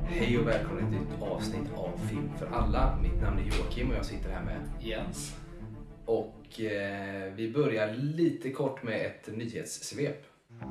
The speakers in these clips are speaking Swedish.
Hej och välkommen till ett nytt avsnitt av Film för alla. Mitt namn är Joakim och jag sitter här med Jens. Och vi börjar lite kort med ett nyhetssvep.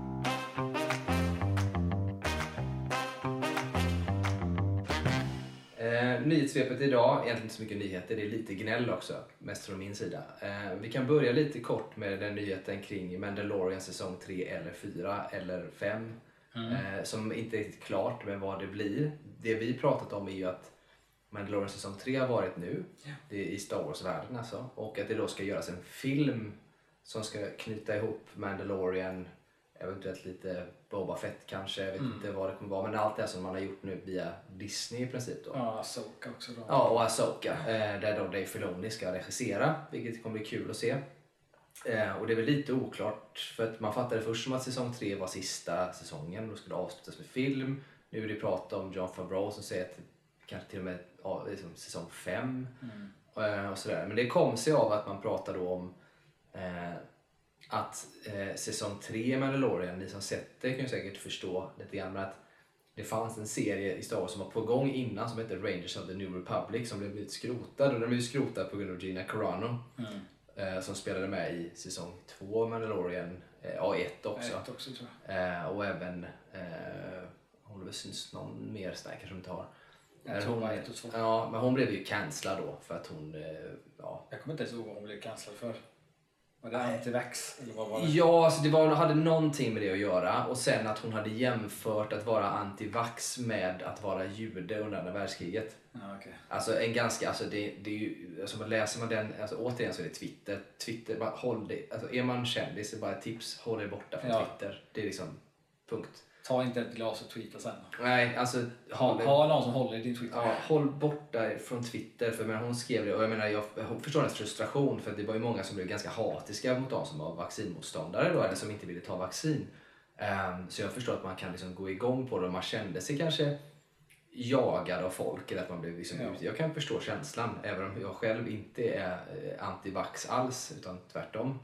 Nyhetssvepet idag, egentligen inte så mycket nyheter, det är lite gnäll också, mest från min sida. Vi kan börja lite kort med den nyheten kring Mandalorian säsong 3 eller 4 eller 5. Som inte är riktigt klart med vad det blir. Det vi pratat om är ju att Mandalorian säsong 3 har varit nu, det är i Star Wars-världen alltså, och att det då ska göras en film som ska knyta ihop Mandalorian, eventuellt lite Boba Fett kanske, jag vet inte vad det kommer vara, men allt det som man har gjort nu via Disney i princip då. Ja, Ahsoka också då. Ja, och Ahsoka, där då Dave Filoni ska regissera, vilket kommer bli kul att se. Och det är väl lite oklart, för att man fattade först som att säsong 3 var sista säsongen och då skulle avslutas med film. Nu är det prat om Jon Favreau som säger att det kanske till och med liksom säsong 5 och sådär. Men det kom sig av att man pratade då om att säsong 3 Mandalorian, ni som sett det kan ju säkert förstå lite grann, men att det fanns en serie i Star Wars som var på gång innan som hette Rangers of the New Republic som blev blivit skrotad, och den blev skrotad på grund av Gina Carano. Som spelade med i säsong 2 Mandalorian, A1 också. A1 också tror jag. Och även, hon väl syns någon mer sådär kanske de inte har. Jag tror det var 1 och 2. Ja, men hon blev ju cancellad då för att hon, ja. Jag kommer inte ens ihåg vad hon blev cancellad för. Var det antivax eller vad var det? Ja, alltså det hade någonting med det att göra, och sen att hon hade jämfört att vara antivax med att vara jude under andra världskriget. Ja, okay. Alltså en ganska, alltså det är ju, alltså läser man den, alltså återigen så är det Twitter bara håll det, alltså är man kändis så är bara ett tips, håll er borta från Twitter, det är liksom punkt. Ta inte ett glas och tweeta sen. Nej, alltså ha någon som håller i din Twitter. Ja, håll borta från Twitter, för hon skrev det, och jag menar jag förstår hennes frustration, för att det var ju många som blev ganska hatiska mot de som var vaccinmotståndare då, eller som inte ville ta vaccin. Så jag förstår att man kan liksom gå igång på det, och man kände sig kanske jagad av folk, eller att man blev liksom jag kan förstå känslan, även om jag själv inte är antivax alls, utan tvärtom.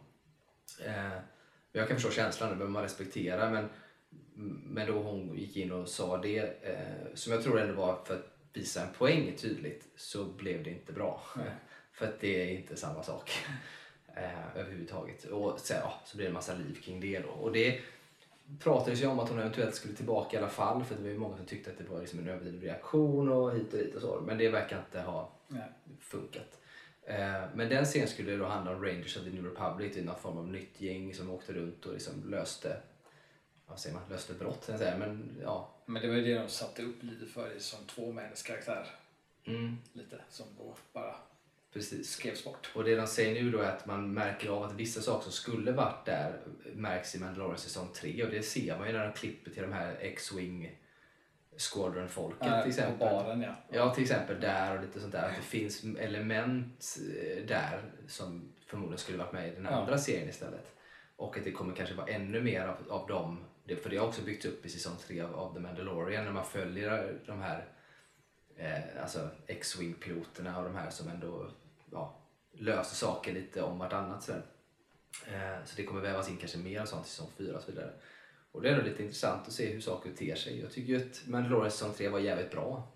Jag kan förstå känslan, det behöver man respektera, men då hon gick in och sa det, som jag tror ändå var för att visa en poäng tydligt, så blev det inte bra. För att det är inte samma sak överhuvudtaget. Och så blev det en massa liv kring det då. Och det pratades ju om att hon eventuellt skulle tillbaka i alla fall, för det var ju många som tyckte att det var liksom en överdriven reaktion och hit och dit och så. Men det verkar inte ha funkat. Men den scenen skulle då handla om Rangers of the New Republic, det är någon form av nytt gäng som åkte runt och liksom löste brott, men ja. Men det var ju det de satte upp lite för i som 2 med hennes karaktär. Lite som då bara skrevs bort. Och det de säger nu då är att man märker av att vissa saker som skulle varit där märks i Mandalorian säsong 3, och det ser man ju när de klipper till de här X-Wing Squadron-folket till exempel. Baren, ja, till exempel där och lite sånt där. Att det finns element där som förmodligen skulle varit med i den andra serien istället. Och att det kommer kanske vara ännu mer av dem. För det har också byggts upp i säsong 3 av The Mandalorian, när man följer de här alltså X-Wing-piloterna och de här som ändå löser saker lite om vartannat. Så det kommer vävas in kanske mer sånt i säsong 4 och så vidare. Och det är nog lite intressant att se hur saker ter sig. Jag tycker ju att Mandalorian säsong 3 var jävligt bra.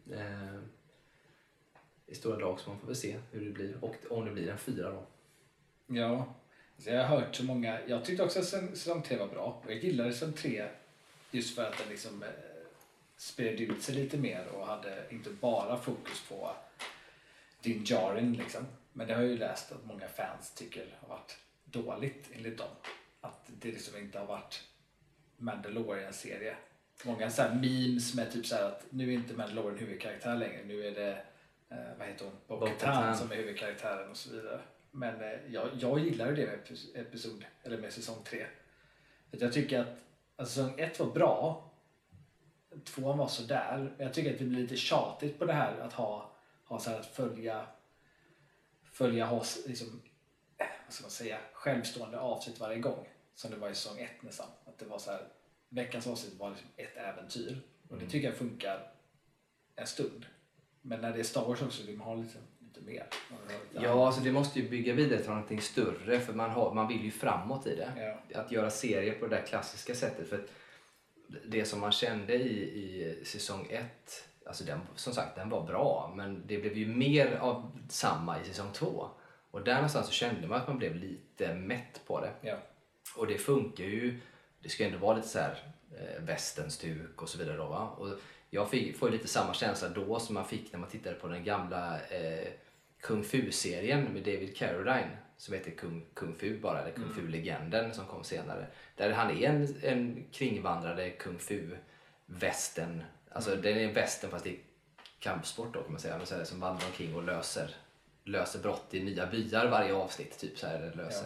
I stora drag, så man får väl se hur det blir. Och om det blir en 4 då. Ja. Så jag har hört så många. Jag tyckte också att säsong 3 var bra. Och jag gillade säsong 3 just för att den liksom spred ut sig lite mer och hade inte bara fokus på Din Djarin liksom. Men det har jag ju läst att många fans tycker har varit dåligt enligt dem. Att det liksom inte har varit Mandalorian-serie. Många så här memes med typ så här att nu är inte Mandalorian huvudkaraktär längre. Nu är det vad heter hon? Bo-Katan som är huvudkaraktären och så vidare. Men jag gillar ju det med med säsong 3. Jag tycker att säsong 1 var bra. 2 var så där. Jag tycker att det blir lite tjatigt på det här att ha så här att följa liksom, vad ska man säga, självstående avsnitt varje gång. Som det var i säsong 1 nästan. Att det var så här, veckans avsnitt var liksom ett äventyr. Och det tycker jag funkar en stund. Men när det är Star Wars också vill man ha lite mer. Ja, alltså det måste ju bygga vidare till någonting större, för man vill ju framåt i det. Ja. Att göra serier på det där klassiska sättet, för att det som man kände i säsong 1 alltså den, som sagt, den var bra, men det blev ju mer av samma i säsong 2. Och där någonstans så kände man att man blev lite mätt på det. Ja. Och det funkar ju, det ska ändå vara lite så här västernstuk och så vidare då, va? Och jag får ju lite samma känsla då som man fick när man tittade på den gamla Kung Fu-serien med David Carradine som heter Kung Fu bara, eller Kung Fu-legenden som kom senare. Där han är en kringvandrade Kung Fu-västern. Alltså den är en västern fast det är kampsport då kan man säga. Men så här, som vandrar omkring och löser brott i nya byar varje avsnitt typ så här, löser.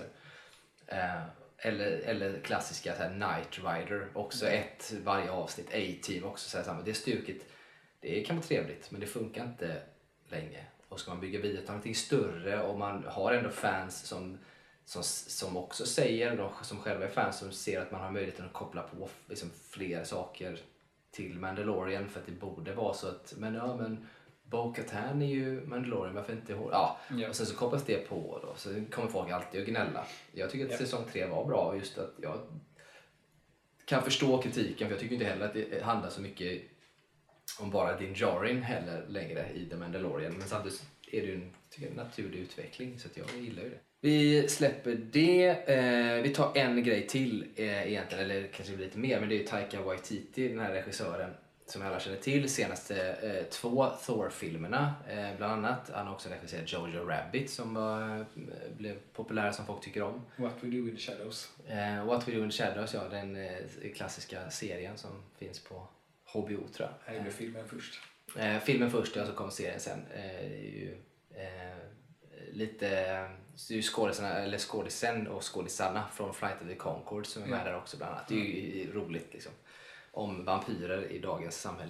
Eller klassiska så här, Knight Rider, också ett varje avsnitt. A-Team också så här, samma. Det stuket, det kan vara trevligt men det funkar inte länge. Och ska man bygga vidare till någonting större och man har ändå fans som också säger, som själva är fans som ser att man har möjligheten att koppla på liksom fler saker till Mandalorian för att det borde vara så att men Bo-Katan är ju Mandalorian, varför inte ihåg? Ja. Och sen så kopplas det på då, så kommer folk alltid att gnälla. Jag tycker att säsong 3 var bra, just att jag kan förstå kritiken för jag tycker inte heller att det handlar så mycket om bara Din Djarin heller längre i The Mandalorian, men samtidigt är det ju en naturlig utveckling så att jag gillar ju det. Vi släpper det. Vi tar en grej till egentligen, eller kanske lite mer, men det är ju Taika Waititi, den här regissören som alla känner till, senaste 2 Thor-filmerna bland annat. Han har också regisserat Jojo Rabbit som blev populär som folk tycker om. What We Do in the Shadows. What We Do in the Shadows, ja, den klassiska serien som finns på HBO tror jag. Här gjorde filmen först. Filmen först, ja, så kom serien sen. Lite skådisen och skådisarna från Flight of the Conchords som är med där också bland annat. Det är ju roligt liksom. Om vampyrer i dagens samhälle.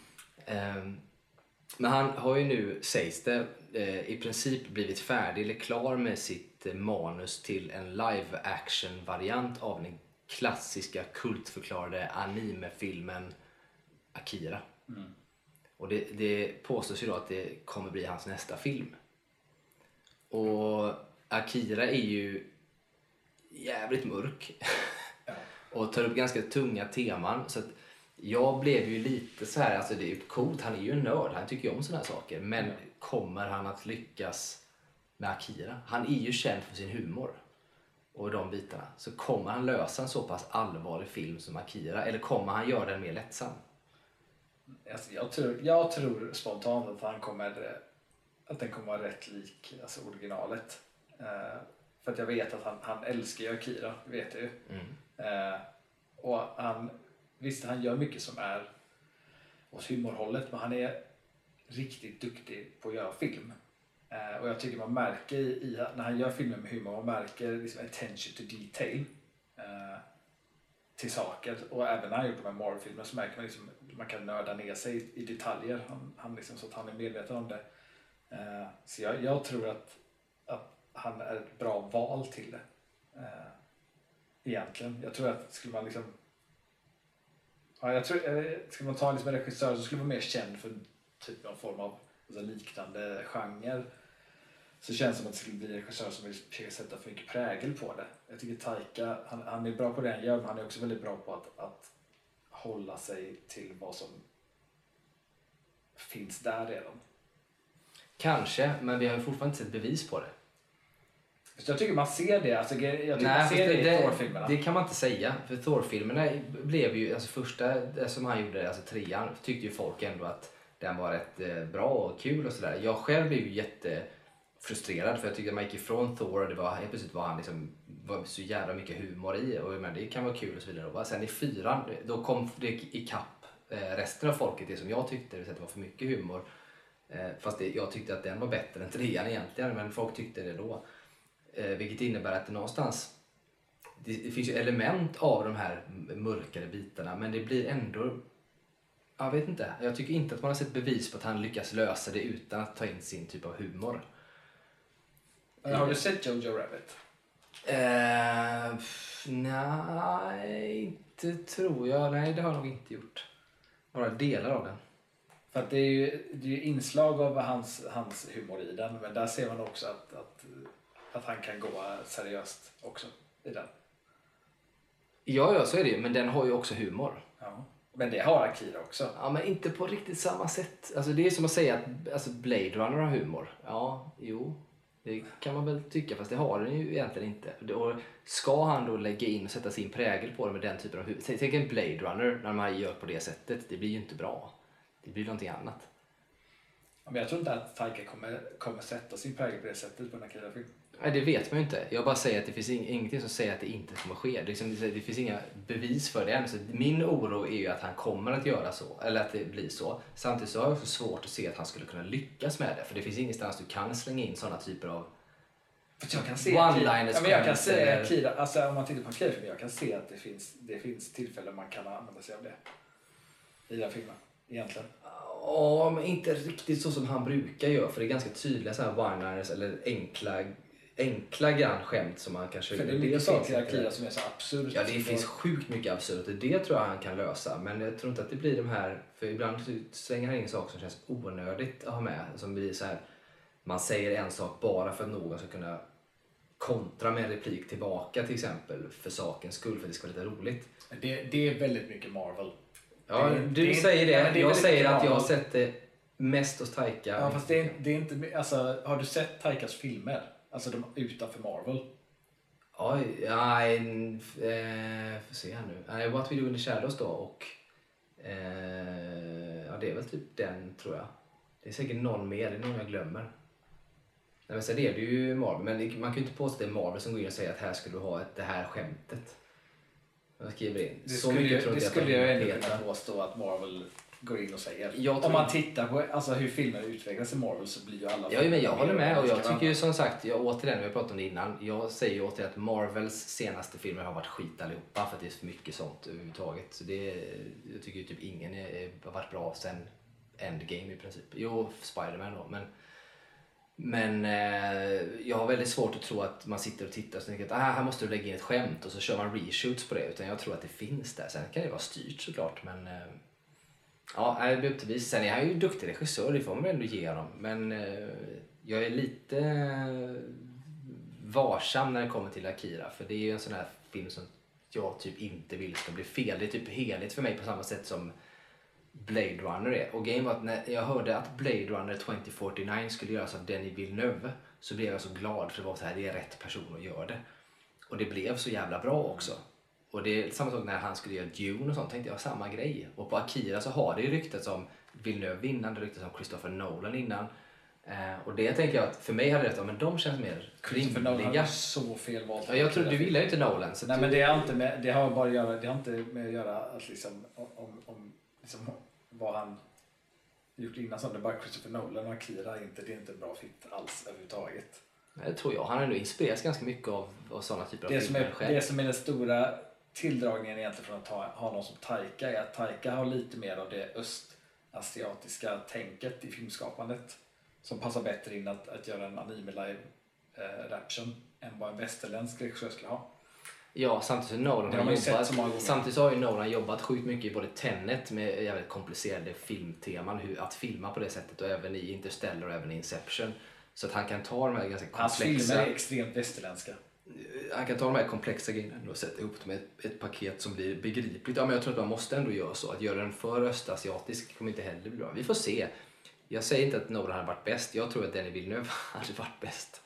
Men han har ju nu, sägs det, i princip blivit färdig eller klar med sitt manus till en live action variant av den klassiska kultförklarade animefilmen Akira. Och det påstås ju då att det kommer bli hans nästa film. Och Akira är ju jävligt mörk och tar upp ganska tunga teman, så att jag blev ju lite så här, alltså det är ju coolt, han är ju en nörd, han tycker ju om såna här saker, men kommer han att lyckas med Akira? Han är ju känd för sin humor och de bitarna, så kommer han lösa en så pass allvarlig film som Akira, eller kommer han göra den mer lättsam? Alltså, jag tror spontant att den kommer vara rätt lik alltså originalet. För att jag vet att han älskar ju Akira, vet jag ju. Och visst, han gör mycket som är åt humorhållet, men han är riktigt duktig på att göra film. Och jag tycker man märker när han gör filmer med humor, man märker liksom attention to detail till saker. Och även när han gjort de här Marvel-filmerna så märker man liksom man kan nörda ner sig i detaljer. Han liksom, så att han är medveten om det. Så jag tror att han är ett bra val till det. Egentligen. Jag tror att skulle man liksom... Ja, skulle man ta liksom en regissör så skulle man vara mer känd för typ någon form av alltså, liknande genre. Så känns det som att det skulle bli en regissör som vill försöka sätta för mycket prägel på det. Jag tycker Taika, han är bra på det han gör, men han är också väldigt bra på att hålla sig till vad som finns där redan. Kanske, men vi har ju fortfarande inte sett bevis på det. Så jag tycker man ser det. Alltså, man ser det i Thor-filmerna. Det kan man inte säga. För Thor-filmerna blev ju, alltså första som han gjorde, alltså 3:an, tyckte ju folk ändå att den var rätt bra och kul och sådär. Jag själv blev ju jättefrustrerad för jag tyckte att man gick ifrån Thor och det var helt plötsligt han liksom var så jävla mycket humor i och men det kan vara kul och så vidare. Och sen i 4:an, då kom det ikapp resten av folket, det som jag tyckte, det var för mycket humor. Fast jag tyckte att den var bättre än 3:an egentligen, men folk tyckte det då. Vilket innebär att det någonstans det finns ju element av de här mörkare bitarna, men det blir ändå, jag vet inte, jag tycker inte att man har sett bevis på att han lyckas lösa det utan att ta in sin typ av humor. Har du sett Jojo Rabbit? Nej, inte tror jag. Nej, det har jag nog inte gjort. Några delar av den. För att det är ju inslag av hans humor i den, men där ser man också att han kan gå seriöst också i den. Ja, så är det ju, men den har ju också humor. Ja. Men det har Akira också. Ja, men inte på riktigt samma sätt. Alltså, det är som att säga att Blade Runner har humor. Ja, jo. Det kan man väl tycka, fast det har den ju egentligen inte. Och ska han då lägga in och sätta sin prägel på det med den typen av humor? Tänk en Blade Runner när man gör på det sättet. Det blir ju inte bra. Det blir någonting annat. Men jag tror inte att Taika kommer sätta sin prägel på det sättet på en Akira-film. Nej, det vet man ju inte. Jag bara säger att det finns ingenting som säger att det inte kommer ske. Det finns inga bevis för det än. Så min oro är ju att han kommer att göra så, eller att det blir så. Samtidigt så har jag också svårt att se att han skulle kunna lyckas med det. För det finns ingenstans du kan slänga in sådana typer av jag kan se one-liners. Ja, men jag kan se Akira, alltså om man tittar på Akira-filmen, jag kan se att det finns tillfällen man kan använda sig av det i den filmen, egentligen. Ja, men inte riktigt så som han brukar göra. För det är ganska tydliga så här one-liners eller enkla grann skämt som man kanske... För det är mycket saker i Akira som är så absurt. Ja, det finns sjukt mycket absurt. Det tror jag han kan lösa. Men jag tror inte att det blir de här... För ibland slänger han in saker som känns onödigt att ha med. Som blir så här... Man säger en sak bara för att någon ska kunna kontra med en replik tillbaka till exempel. För sakens skull, för att det ska vara lite roligt. Det är väldigt mycket Marvel. Ja, du säger det. Jag säger att jag har sett det mest hos Taika. Ja, fast det är inte... Alltså, har du sett Taikas filmer? Alltså de utanför Marvel? Oj, får se här nu. What We Do in the Shadows då och... ja, det är väl typ den, tror jag. Det är säkert någon mer, det är någon jag glömmer. Nej, men så det är det ju Marvel, men man kan ju inte påstå att det är Marvel som går in och säger att här skulle du ha det här skämtet. Jag skriver in. Det skulle jag ändå kunna påstå att Marvel går in och säger. Om man tittar på alltså, hur filmer utvecklas i Marvel så blir ju alla... Ja, men jag håller med och jag tycker ju som sagt, återigen, vi har pratat om det innan, jag säger ju återigen att Marvels senaste filmer har varit skit allihopa för att det är för mycket sånt överhuvudtaget. Så jag tycker ju typ ingen har varit bra sen Endgame i princip. Jo, Spider-Man då, men jag har väldigt svårt att tro att man sitter och tittar och tänker att här måste du lägga in ett skämt och så kör man reshoots på det, utan jag tror att det finns där. Sen kan det vara styrt såklart, men ja, det blir upp till vis. Sen är han ju duktig regissör, det får man väl ändå ge honom, men jag är lite varsam när det kommer till Akira, för det är ju en sån här film som jag typ inte vill ska bli fel. Det är typ helhet för mig på samma sätt som Blade Runner är. Och grejen var att när jag hörde att Blade Runner 2049 skulle göras av Denis Villeneuve så blev jag så glad, för det var så här, det är rätt person att göra det. Och det blev så jävla bra också. Och det är samma sak när han skulle göra Dune och sånt, tänkte jag samma grej. Och på Akira så har det ju ryktats om Villeneuve innan, det ryktats om Christopher Nolan innan. Och det tänker jag att för mig hade det men de känns mer Christopher Nolan har så fel val. Ja, jag tror du gillar ju inte Nolan. Så nej, men det har inte med, det har bara att göra, det har inte med att göra att liksom, om liksom, vad han gjort innan, som det bara Christopher Nolan och Akira det är inte en bra fit alls överhuvudtaget. Det tror jag. Han har ändå inspirerats ganska mycket av sådana typer av filmer själv. Det som är den stora tilldragningen egentligen från att ha någon som Taika är att Taika har lite mer av det östasiatiska tänket i filmskapandet som passar bättre in att göra en anime live action än vad en västerländsk regissör skulle ha. Ja, samtidigt har ju Nolan jobbat sjukt mycket i både Tenet med jävligt komplicerade filmteman, att filma på det sättet, och även i Interstellar och även i Inception. Så att han kan ta de här ganska komplexa... Hans filmer är extremt västerländska. Han kan ta de här komplexa grejerna och sätta ihop dem i ett paket som blir begripligt. Ja, men jag tror att man måste ändå göra så. Att göra den för östasiatisk kommer inte heller bli bra. Vi får se. Jag säger inte att Nolan hade varit bäst. Jag tror att Denis Villeneuve hade varit bäst.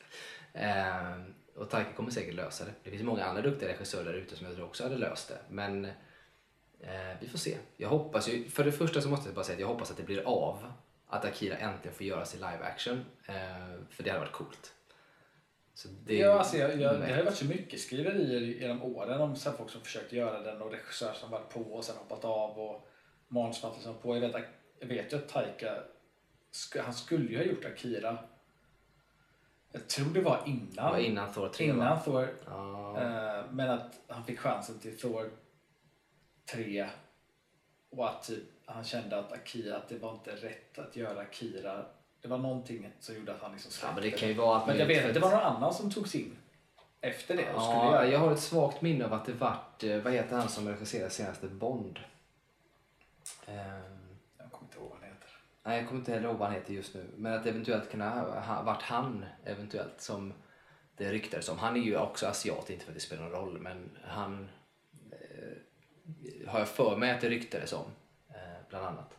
Och Taika kommer säkert lösa det. Det finns många andra duktiga regissörer där ute som jag tror också hade löst det. Men vi får se. Jag hoppas ju, för det första så måste jag bara säga att jag hoppas att det blir av. Att Akira äntligen får göra sig live action. För det hade varit coolt. Så det, ja, alltså det har varit så mycket skriverier genom åren om folk som försökt göra den och regissörer som varit på och sen hoppat av och manusförfattare som på. Jag vet ju att Taika han skulle ju ha gjort Akira. Jag tror det var innan Thor 3. Innan Thor. Men att han fick chansen till Thor 3 och att typ, han kände att Akira, att det var inte rätt att göra Akira. Det var någonting som gjorde att han liksom släppte. Ja, men det kan ju vara att men jag vet att det var någon annan som togs in efter det. Ja, jag har ett svagt minne av att det vart, vad heter han som regisserade senaste Bond? Jag kommer inte ihåg vad han heter. Nej, jag kommer inte heller ihåg vad han heter just nu. Men att det eventuellt kunde ha varit han eventuellt som det ryktades om. Han är ju också asiat, inte för att det spelar någon roll, men han har jag för mig att det ryktades om, bland annat.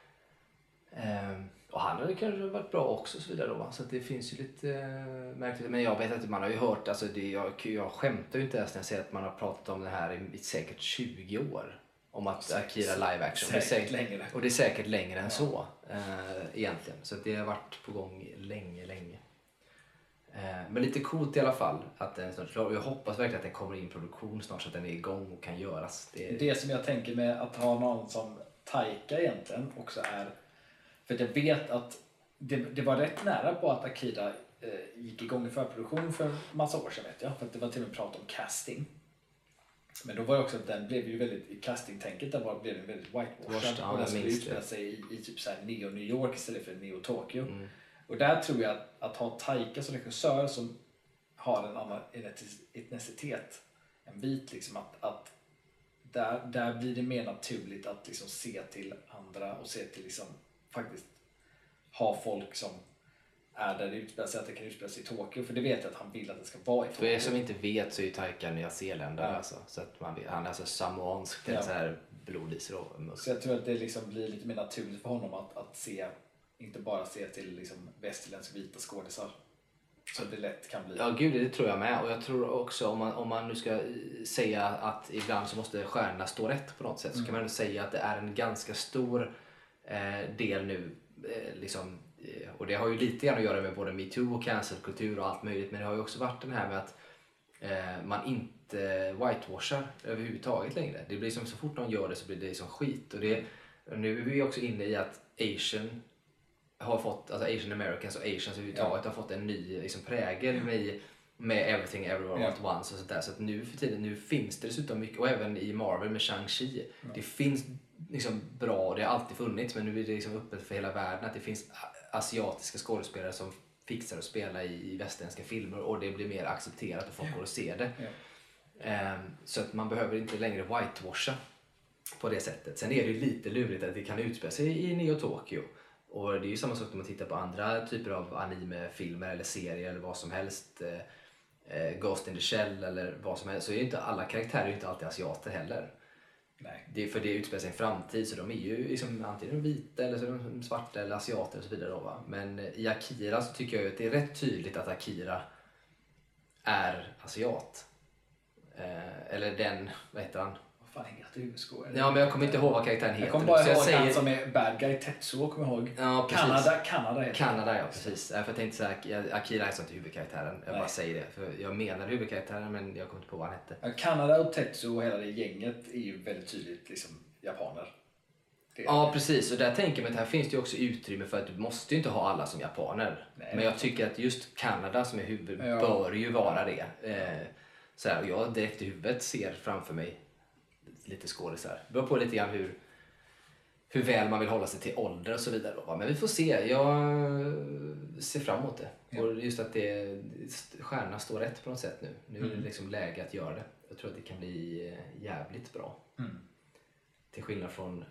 Och han hade kanske varit bra också och så vidare då, va? Så att det finns ju lite märkligt. Men jag vet att man har ju hört, alltså jag skämtar ju inte ens när jag säger att man har pratat om det här i säkert 20 år. Om att Akira live action. Säkert längre. Och det är säkert längre än så egentligen. Så att det har varit på gång länge. Men lite coolt i alla fall att den är snart klar. Och jag hoppas verkligen att den kommer in i produktion snart så att den är igång och kan göras. Det som jag tänker med att ha någon som Taika egentligen också är, för att jag vet att det var rätt nära på att Akira gick igång i förproduktion för massa år sedan, vet jag. För att det var till och med prat om casting. Men då var det också att den blev ju väldigt, i castingtänket där blev den väldigt whitewashad. Och den skulle utspela sig i typ såhär Neo New York istället för Neo Tokyo. Och där tror jag att ha Taika som regissör som har en annan etnicitet, en vit liksom, att där blir det mer naturligt att liksom se till andra och se till liksom faktiskt ha folk som är där det utspelar sig, att det kan utspela sig i Tokyo, för det vet jag att han vill att det ska vara i Tokyo. För er som inte vet så är ju Taika nyzeeländare, alltså, så att man vet, han är alltså samoansk, det är så här blodis och musk. Så jag tror att det liksom blir lite mer naturligt för honom att se, inte bara se till liksom västerländska vita skådisar. Så det lätt kan bli. Ja gud, det tror jag med. Och jag tror också om man nu ska säga att ibland så måste stjärnorna stå rätt på något sätt, så kan man ändå säga att det är en ganska stor del nu liksom, och det har ju lite grann att göra med både MeToo och cancelkultur och allt möjligt, men det har ju också varit den här med att man inte whitewashar överhuvudtaget längre. Det blir som så fort någon gör det så blir det som skit, och nu är vi också inne i att Asian Americans och Asians överhuvudtaget har fått en ny liksom, prägel med Everything Everywhere All At Once och sånt där. Så att nu för tiden, nu finns det dessutom mycket, och även i Marvel med Shang-Chi, det finns liksom bra, det har alltid funnits, men nu är det liksom öppet för hela världen att det finns asiatiska skådespelare som fixar att spela i västerländska filmer, och det blir mer accepterat och folk går och ser det. Så att man behöver inte längre whitewasha på det sättet. Sen är det ju lite lurigt att det kan utspela sig i Neo Tokyo. Och det är ju samma sak när man tittar på andra typer av anime-filmer eller serier eller vad som helst, Ghost in the Shell eller vad som helst, så är ju inte alla karaktärer ju inte alltid asiater heller. Nej. Det är för det utspelar sig i en framtid, så de är ju liksom antingen vita eller så är de svarta eller asiater och så vidare då, va? Men i Akira så tycker jag att det är rätt tydligt att Akira är asiat. Eller den, vad heter han? Fan, heter huvudskådespelaren? Ja, men jag kommer inte ihåg vad karaktären heter. Jag kommer bara ihåg han som är bad guy, Tetsuo, kommer jag ihåg. Ja, Kanada heter Kanada, ja, precis. För jag tänkte säga Akira är inte huvudkaraktären. Jag bara säger det, för jag menar huvudkaraktären, men jag kommer inte på vad han hette. Kanada och Tetsuo och hela det gänget är ju väldigt tydligt liksom japaner. Ja, precis. Och där tänker man att här finns det ju också utrymme för att du måste ju inte ha alla som japaner. Nej, men jag tycker att just Kanada som är huvud bör ju vara det. Så här, och jag direkt i huvudet ser framför mig lite skådisar. Det beror på lite grann hur väl man vill hålla sig till ålder och så vidare då. Men vi får se. Jag ser fram emot det. Ja. Och just att stjärnorna står rätt på något sätt nu. Nu är det liksom läge att göra det. Jag tror att det kan bli jävligt bra. Till skillnad från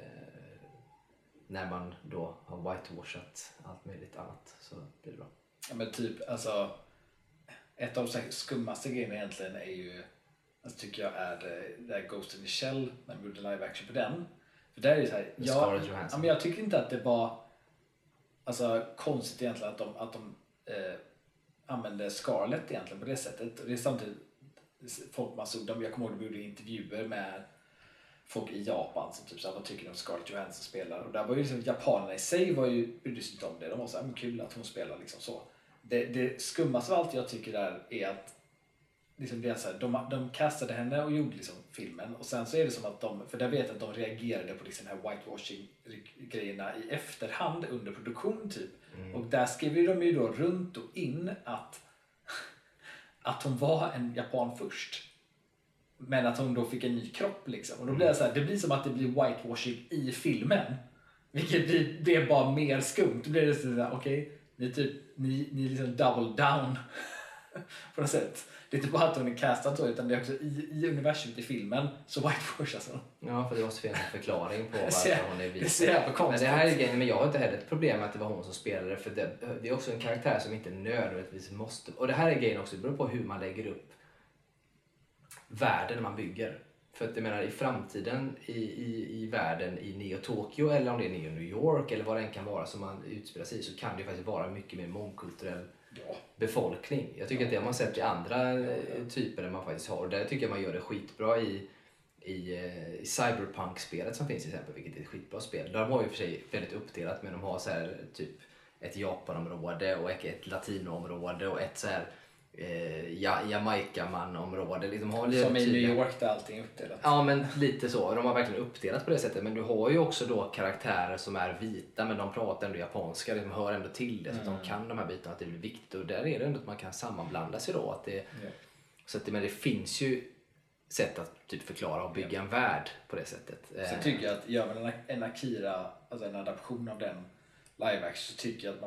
när man då har whitewashat allt möjligt annat, så blir det bra. Ja, men typ, alltså ett av de skummaste grejerna egentligen är ju, alltså, tycker jag, är det där Ghost in the Shell, när de gjorde live action på den. För där är det så här, jag tycker inte att det var alltså konstigt egentligen att de använde Scarlett egentligen på det sättet. Och det är samtidigt folk man såg, jag kommer ihåg att de gjorde intervjuer med folk i Japan som typ så här, vad tycker de om Scarlett Johansson spelar? Och där var ju liksom, japanerna i sig brydde sig inte om det. De var så här, men kul att hon spelar liksom så. Det skummaste av allt jag tycker där är att liksom det är så här, de kastade henne och gjorde liksom filmen, och sen så är det som att för där vet jag att de reagerade på liksom den här whitewashing-grejerna i efterhand under produktion typ. Och där skriver de ju då runt och in att hon var en japan först. Men att hon då fick en ny kropp liksom. Och då blir det så här, det blir som att det blir whitewashing i filmen. Vilket blir bara mer skumt. Då blir det så här, okej, ni liksom double down på något sätt. Det är inte bara att hon är castad så, utan det är också i universumet i filmen så whitewashas hon. Ja, för det måste finnas en förklaring på varför hon är vit. Det ser jävla konstigt. Men det här är grejen, men jag har inte heller ett problem med att det var hon som spelade, för det är också en karaktär som inte nödvändigtvis måste. Och det här är grejen också, det beror på hur man lägger upp världen man bygger. För att jag menar i framtiden i världen i Neo Tokyo eller om det är Neo New York eller vad det än kan vara som man utspelar sig i, så kan det faktiskt vara mycket mer mångkulturell befolkning. Jag tycker att det har man sett i andra typer där man faktiskt har. Och där tycker jag man gör det skitbra i Cyberpunk-spelet som finns till exempel, vilket är ett skitbra spel. De har ju för sig väldigt uppdelat, men de har så här typ ett Japanområde och ett Latinoområde och ett så här Jamaica-man-område. Liksom har som i New York där allting är uppdelat. Ja, men lite så. De har verkligen uppdelat på det sättet. Men du har ju också då karaktärer som är vita, men de pratar ändå japanska. De hör ändå till det, så att de kan de här bitarna, att det blir viktigt. Och där är det ändå att man kan sammanblanda sig då. Att det, så att men det finns ju sätt att typ förklara och bygga en värld på det sättet. Så tycker jag att gör man en Akira, alltså en adaption av den live action, så tycker jag att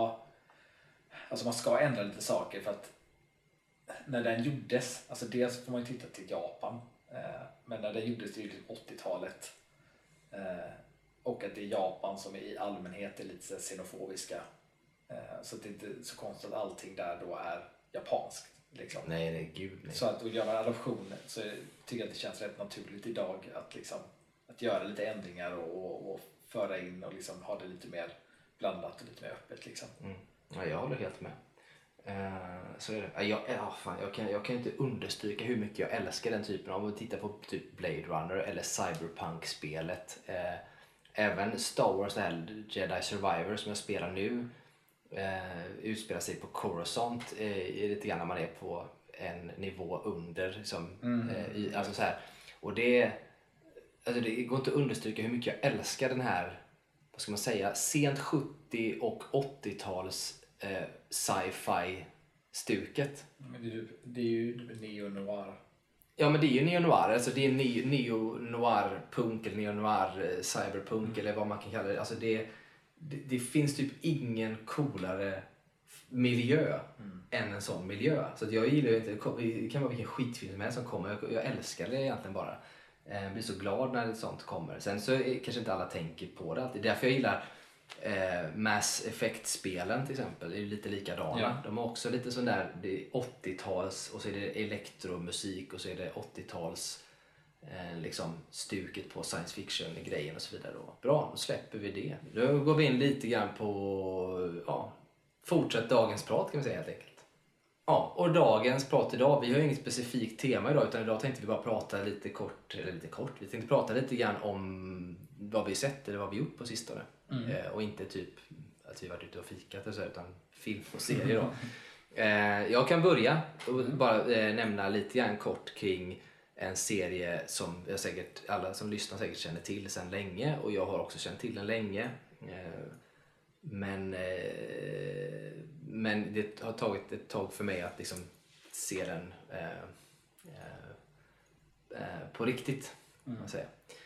man ska ändra lite saker, för att när den gjordes, alltså dels får man ju titta till Japan, men när den gjordes det är ju 80-talet, och att det är Japan som i allmänhet är lite xenofobiska, så att det är inte så konstigt att allting där då är japanskt. Liksom. Nej, gud nej. Så att göra en adoption, så tycker jag att det känns rätt naturligt idag att, liksom, att göra lite ändringar och föra in och liksom ha det lite mer blandat och lite mer öppet. Liksom. Ja, jag håller helt med. Så är det. Jag kan inte understryka hur mycket jag älskar den typen av, att titta på typ Blade Runner eller Cyberpunk-spelet. Även Star Wars, det här Jedi Survivor som jag spelar nu, utspelar sig på Coruscant, lite grann när man är på en nivå under liksom, alltså så här. Och det går inte att understryka hur mycket jag älskar den här, vad ska man säga, sent 70- och 80-tals sci-fi stuket. Men det är ju neo-noir. Ja, men det är ju neo-noir, alltså det är neo-noir-punk eller neo-noir-cyberpunk eller vad man kan kalla det. Alltså det finns typ ingen coolare miljö än en sån miljö. Så att jag gillar ju inte, det kan vara vilken skitfilm som helst som kommer. Jag älskar det egentligen bara. Jag blir så glad när ett sånt kommer. Sen så kanske inte alla tänker på det alltid. Därför jag gillar Mass Effect-spelen till exempel. Det är ju lite likadana. Ja. De har också lite sån där, det är 80-tals och så är det elektromusik och så är det 80-tals liksom stuket på science fiction-grejen och så vidare. Då. Bra, då släpper vi det. Då går vi in lite grann på fortsätt dagens prat kan vi säga helt enkelt. Ja, och dagens prat idag, vi har ju inget specifikt tema idag, utan idag tänkte vi bara prata lite kort, vi tänkte prata lite grann om vad vi sett eller vad vi gjort på sistone. Och inte typ att vi varit ute och fikat och så, utan film och serier då. Jag kan börja och bara nämna lite grann kort kring en serie som jag säkert, alla som lyssnar säkert känner till sedan länge, och jag har också känt till den länge. Men det har tagit ett tag för mig att liksom se den på riktigt, man säger.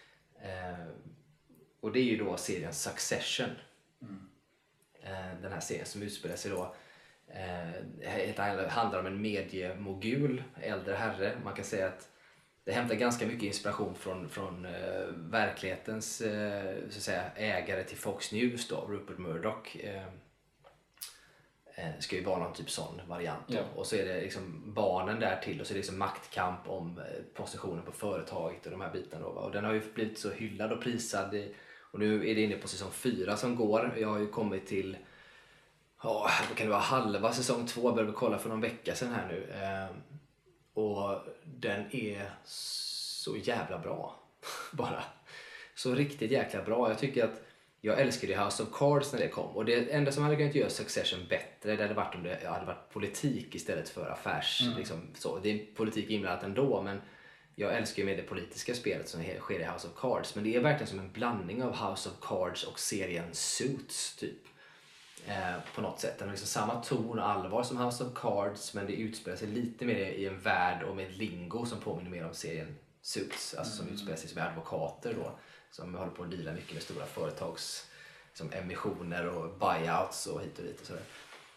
Och det är ju då serien Succession. Den här serien som utspelar sig då, handlar om en mediemogul, äldre herre. Man kan säga att det hämtar ganska mycket inspiration från verklighetens så att säga, ägare till Fox News då, Rupert Murdoch. Ska ju vara någon typ sån variant. Ja. Och så är det liksom barnen där till, och så är det liksom maktkamp om positionen på företaget och de här bitarna då, va? Och den har ju blivit så hyllad och prisad och nu är det inne på säsong 4 som går. Jag har ju kommit till vad kan det vara, halva säsong 2, började kolla för någon vecka sedan här nu. Och den är så jävla bra. Bara så riktigt jäkla bra. Jag tycker att jag älskade House of Cards när det kom. Och det enda som hade kunnat göra Succession bättre, det hade varit om det hade varit politik istället för affärs. Liksom, så. Det är politik inblandat ändå, men jag älskar ju med det politiska spelet som sker i House of Cards. Men det är verkligen som en blandning av House of Cards och serien Suits typ. På något sätt. Den har liksom samma ton och allvar som House of Cards, men det utspelar sig lite mer i en värld och med lingo som påminner mer om serien Suits. Alltså som utspelar sig som advokater då, som håller på att deala mycket med stora företags som emissioner och buyouts och hit och dit och sådär.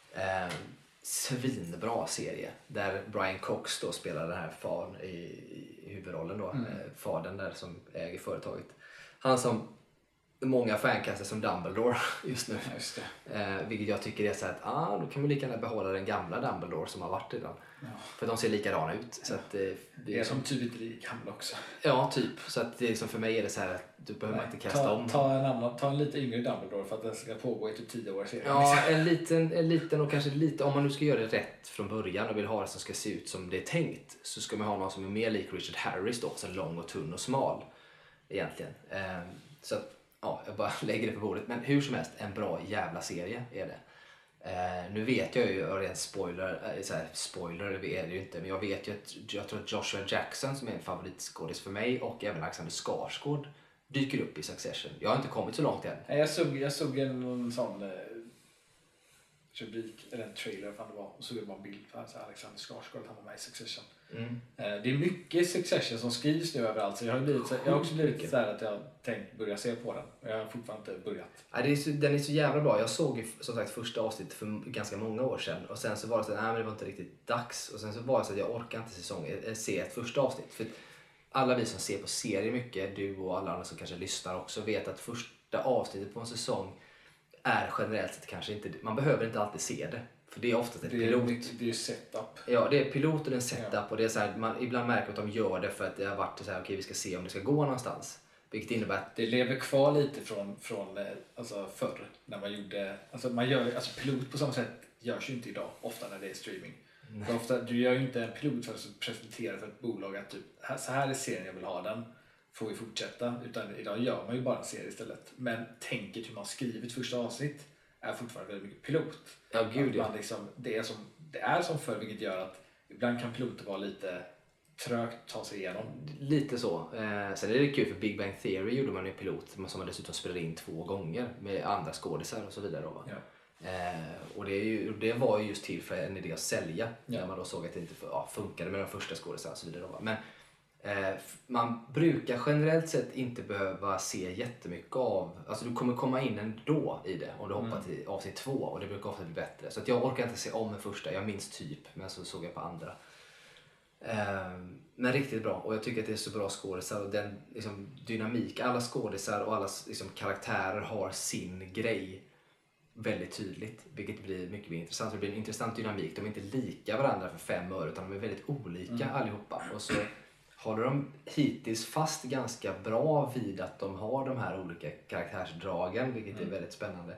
Svinbra serie där Brian Cox då spelar den här fadern i huvudrollen då, fadern där som äger företaget. Han som många fankastar som Dumbledore just nu. Ja, just det. Vilket jag tycker är så här att då kan man lika gärna behålla den gamla Dumbledore som har varit redan. Ja. För de ser likadana ut. Så att, det är som typ inte gamla också. Ja, typ. Så att det är liksom, för mig är det så här att du behöver man inte kasta om. Ta en lite yngre Dumbledore för att den ska pågå i typ 10 år sedan. Ja, en liten och kanske lite, om man nu ska göra det rätt från början och vill ha det som ska se ut som det är tänkt, så ska man ha någon som är mer lik Richard Harris då, så lång och tunn och smal egentligen. Så att, ja, jag bara lägger det på bordet. Men hur som helst, en bra jävla serie är det. Nu vet jag ju, rent spoiler är det ju inte, men jag vet ju att jag tror att Joshua Jackson, som är en favoritskådis för mig, och även Alexander Skarsgård dyker upp i Succession. Jag har inte kommit så långt än. Jag såg en sån rubrik, eller en trailer fan det var, och så var det bara en bild på Alexander Skarsgård, han var med i Succession. Det är mycket Succession som skrivs nu överallt, så jag har också blivit så här att jag har tänkt börja se på den, och jag har fortfarande inte börjat. Ja, den är så jävla bra. Jag såg ju som sagt första avsnittet för ganska många år sedan, och sen så var det så att men det var inte riktigt dags, och sen så var det så att jag orkar inte se ett första avsnitt. För alla vi som ser på serier mycket, du och alla andra som kanske lyssnar också, vet att första avsnittet på en säsong är generellt sett kanske inte, man behöver inte alltid se det. För det är oftast ett pilot. Det är ju setup. Ja, det är pilot och en setup, och det är så här, ibland märker att de gör det för att det har varit så här, okej, vi ska se om det ska gå någonstans. Vilket innebär att det lever kvar lite från alltså förr när man gjorde, alltså pilot på samma sätt görs ju inte idag ofta när det är streaming. För ofta, du gör ju inte en pilot för att presentera för ett bolag att typ, så här är serien, jag vill ha den, får vi fortsätta, utan idag gör man ju bara en serie istället. Men tänket hur man skrivit första avsnitt är fortfarande väldigt mycket pilot. Ja, gud, ja. Liksom, det är som förr, vilket gör att ibland kan piloter vara lite trögt ta sig igenom. Lite så. Sen är det kul, för Big Bang Theory gjorde man ju pilot som man dessutom spelade in 2 gånger med andra skådisar och så vidare. Då, va? Ja. Och det var ju just till för en idé att sälja. När man då såg att det inte funkade med de första skådisarna och så vidare. Då, va? Men man brukar generellt sett inte behöva se jättemycket av, alltså du kommer komma in ändå i det om du hoppar till avsnitt 2, och det brukar ofta bli bättre. Så att jag orkar inte se om den första, jag minns typ, men så såg jag på andra. Men riktigt bra, och jag tycker att det är så bra skådisar, och den liksom, dynamik, alla skådisar och alla liksom, karaktärer har sin grej väldigt tydligt, vilket blir mycket mer intressant. Det blir en intressant dynamik, de är inte lika varandra för 5 öre, utan de är väldigt olika allihopa, och så håller de hittills fast ganska bra vid att de har de här olika karaktärsdragen, vilket är väldigt spännande.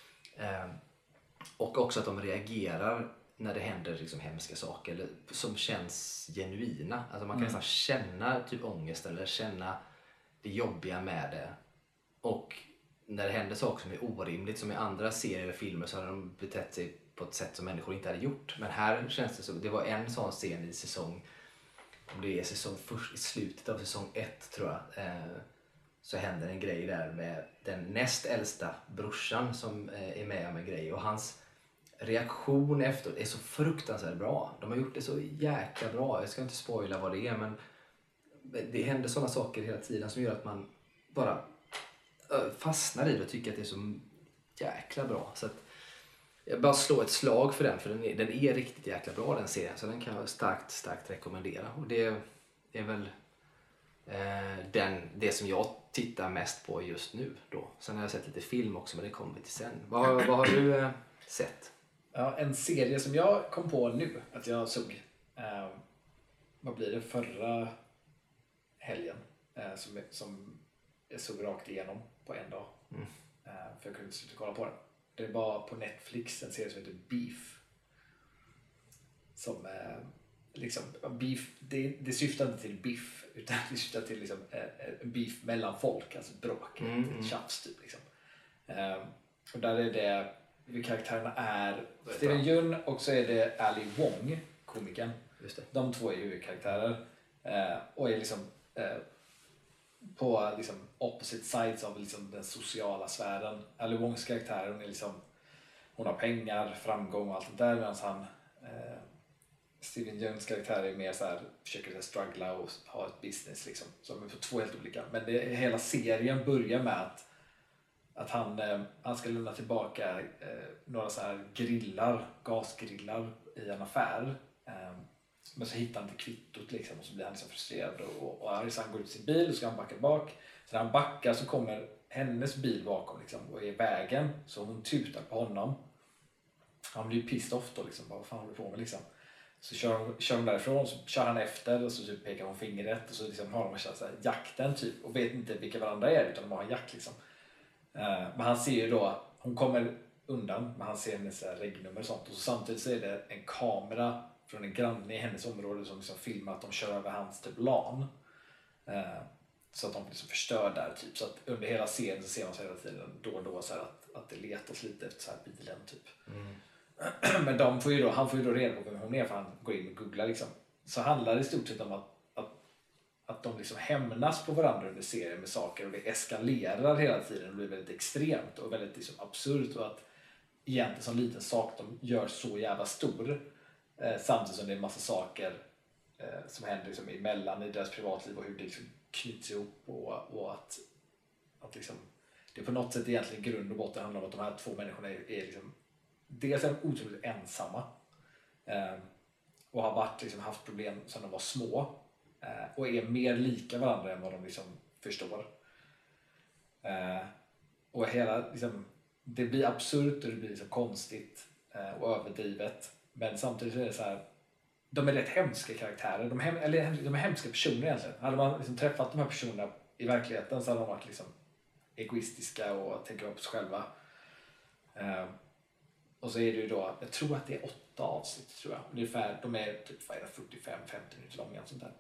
Och också att de reagerar när det händer liksom hemska saker eller som känns genuina. Alltså man kan nästan känna typ ångest eller känna det jobbiga med det. Och när det händer saker som är orimligt, som i andra serier och filmer, så har de betett sig på ett sätt som människor inte hade gjort. Men här känns det så. Det var en sån scen i säsong, om det är i slutet av säsong 1 tror jag, så händer en grej där med den näst äldsta brorsan som är med om en grej, och hans reaktion efter är så fruktansvärt bra. De har gjort det så jäkla bra. Jag ska inte spoila vad det är, men det händer sådana saker hela tiden som gör att man bara fastnar i det och tycker att det är så jäkla bra. Så att jag bara slår ett slag för den, för den är riktigt jäkla bra, den serien. Så den kan jag starkt rekommendera. Och det är väl det som jag tittar mest på just nu då. Sen har jag sett lite film också, men det kommer vi till sen. Vad har du sett? Ja, en serie som jag kom på nu att jag såg, vad blir det, förra helgen, som jag såg rakt igenom på en dag. För jag kunde inte sluta kolla på den. Det var på Netflix en serie som heter Beef. Som liksom, beef, det syftar inte till biff, utan det syftar till liksom, beef mellan folk, alltså bråk, tjafs typ liksom. Och där är det, karaktärerna är Steven Yeun, och så är det Ali Wong, komikern. Just det. De två är huvudkaraktärer och är liksom på liksom opposite sides av liksom den sociala sfären. Ali Wongs karaktär, hon har pengar, framgång och allt det där, medan Steven Yeun's karaktär är mer så här, försöker så struggla och ha ett business liksom. Så de är på 2 helt olika. Men hela serien börjar med att han ska lämna tillbaka några så här gasgrillar i en affär Men så hittar han inte kvittot liksom, och så blir han liksom frustrerad och han går ut i sin bil och ska han backa bak. Så när han backar så kommer hennes bil bakom liksom, och är i vägen, så hon tutar på honom. Han blir ju pissed off då liksom, vad fan håller du på med liksom. Så kör de därifrån, så kör han efter och så typ pekar hon fingret och så liksom har de så här jakten typ och vet inte vilka varandra är utan de har en jakt liksom. Men han ser ju då, hon kommer undan men han ser hennes regnummer och sånt och så samtidigt så är det en kamera från en granne i hennes område som liksom filmar att de kör över hans typ LAN. Så att de liksom förstör där typ, så att under hela scenen så ser man så hela tiden då och då så här att det letas lite efter så här bilen typ. Men han får ju då reda på vem hon är för han går in och googlar liksom. Så handlar det i stort sett om att de liksom hämnas på varandra under serien med saker och det eskalerar hela tiden och blir väldigt extremt och väldigt liksom absurt och att egentligen som liten sak de gör så jävla stor samtidigt som det är en massa saker som händer liksom emellan i deras privatliv och hur det liksom knyts ihop och att liksom det på något sätt egentligen grund och botten handlar om att de här två människorna är liksom dels är de otroligt ensamma och har haft problem sedan de var små och är mer lika varandra än vad de liksom förstår. Och hela liksom, det blir absurt och det blir liksom konstigt och överdrivet, men samtidigt är det så här, de är rätt hemska karaktärer, de är hemska personer egentligen. Hade man liksom träffat de här personerna i verkligheten så hade de varit liksom egoistiska och tänker på sig själva. Och så är det ju då, jag tror att det är 8 avsnitt tror jag. Ungefär, de är typ 45-50 minuter långa och sånt där.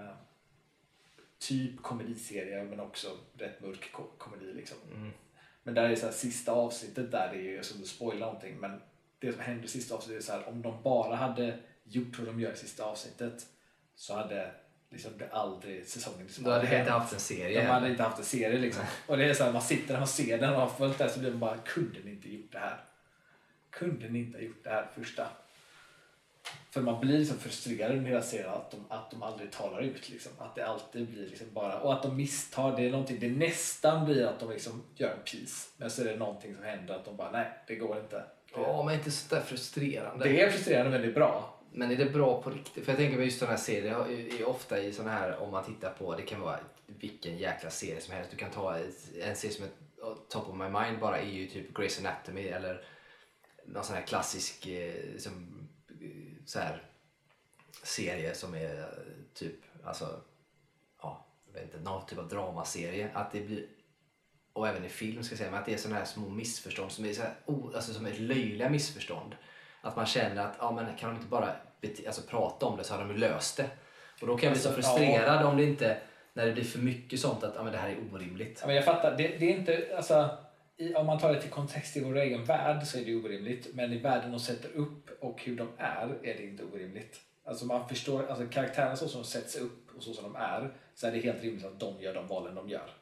Typ komediserie men också rätt mörk komedi liksom. Men där är så här, sista avsnittet där är ju som du spoilar någonting, men det som händer i sista avsnittet är så här, om de bara hade gjort vad de gör i sista avsnittet så hade liksom det aldrig säsongen liksom, då hade vi inte haft en serie. De hade inte haft en serie liksom. Och det är så här, man sitter där och ser den och har följt det så blir man bara, kunde ni inte gjort det här? Kunde ni inte ha gjort det här första? För man blir liksom frustrerad under hela serien att de aldrig talar ut liksom. Att det alltid blir liksom bara, och att de misstar, det är någonting, det nästan blir att de liksom gör en piece. Men så är det någonting som händer att de bara, nej det går inte. Ja, men inte så där frustrerande. Det är frustrerande men det är bra. Men är det bra på riktigt? För jag tänker på just sådana här serier är ofta i sådana här, om man tittar på, det kan vara vilken jäkla serie som helst. Du kan ta en serie som är top of my mind bara är ju typ Grey's Anatomy eller någon sån här klassisk som, så här serie som är typ, alltså ja, jag vet inte, någon typ av dramaserie, att det blir, och även i film ska jag säga, men att det är såna här små missförstånd som är så här, alltså som är löjliga missförstånd, att man känner att ja, men kan de inte bara prata om det så har de ju löst det, och då kan jag bli så frustrerad om det inte, när det blir för mycket sånt att ja, men det här är orimligt. Ja, men jag fattar, det är inte, alltså om man tar det till kontext i vår egen värld så är det orimligt, men i världen de sätter upp och hur de är det inte orimligt. Alltså man förstår, alltså karaktärerna så som de sätts upp och så som de är, så är det helt rimligt att de gör de valen de gör.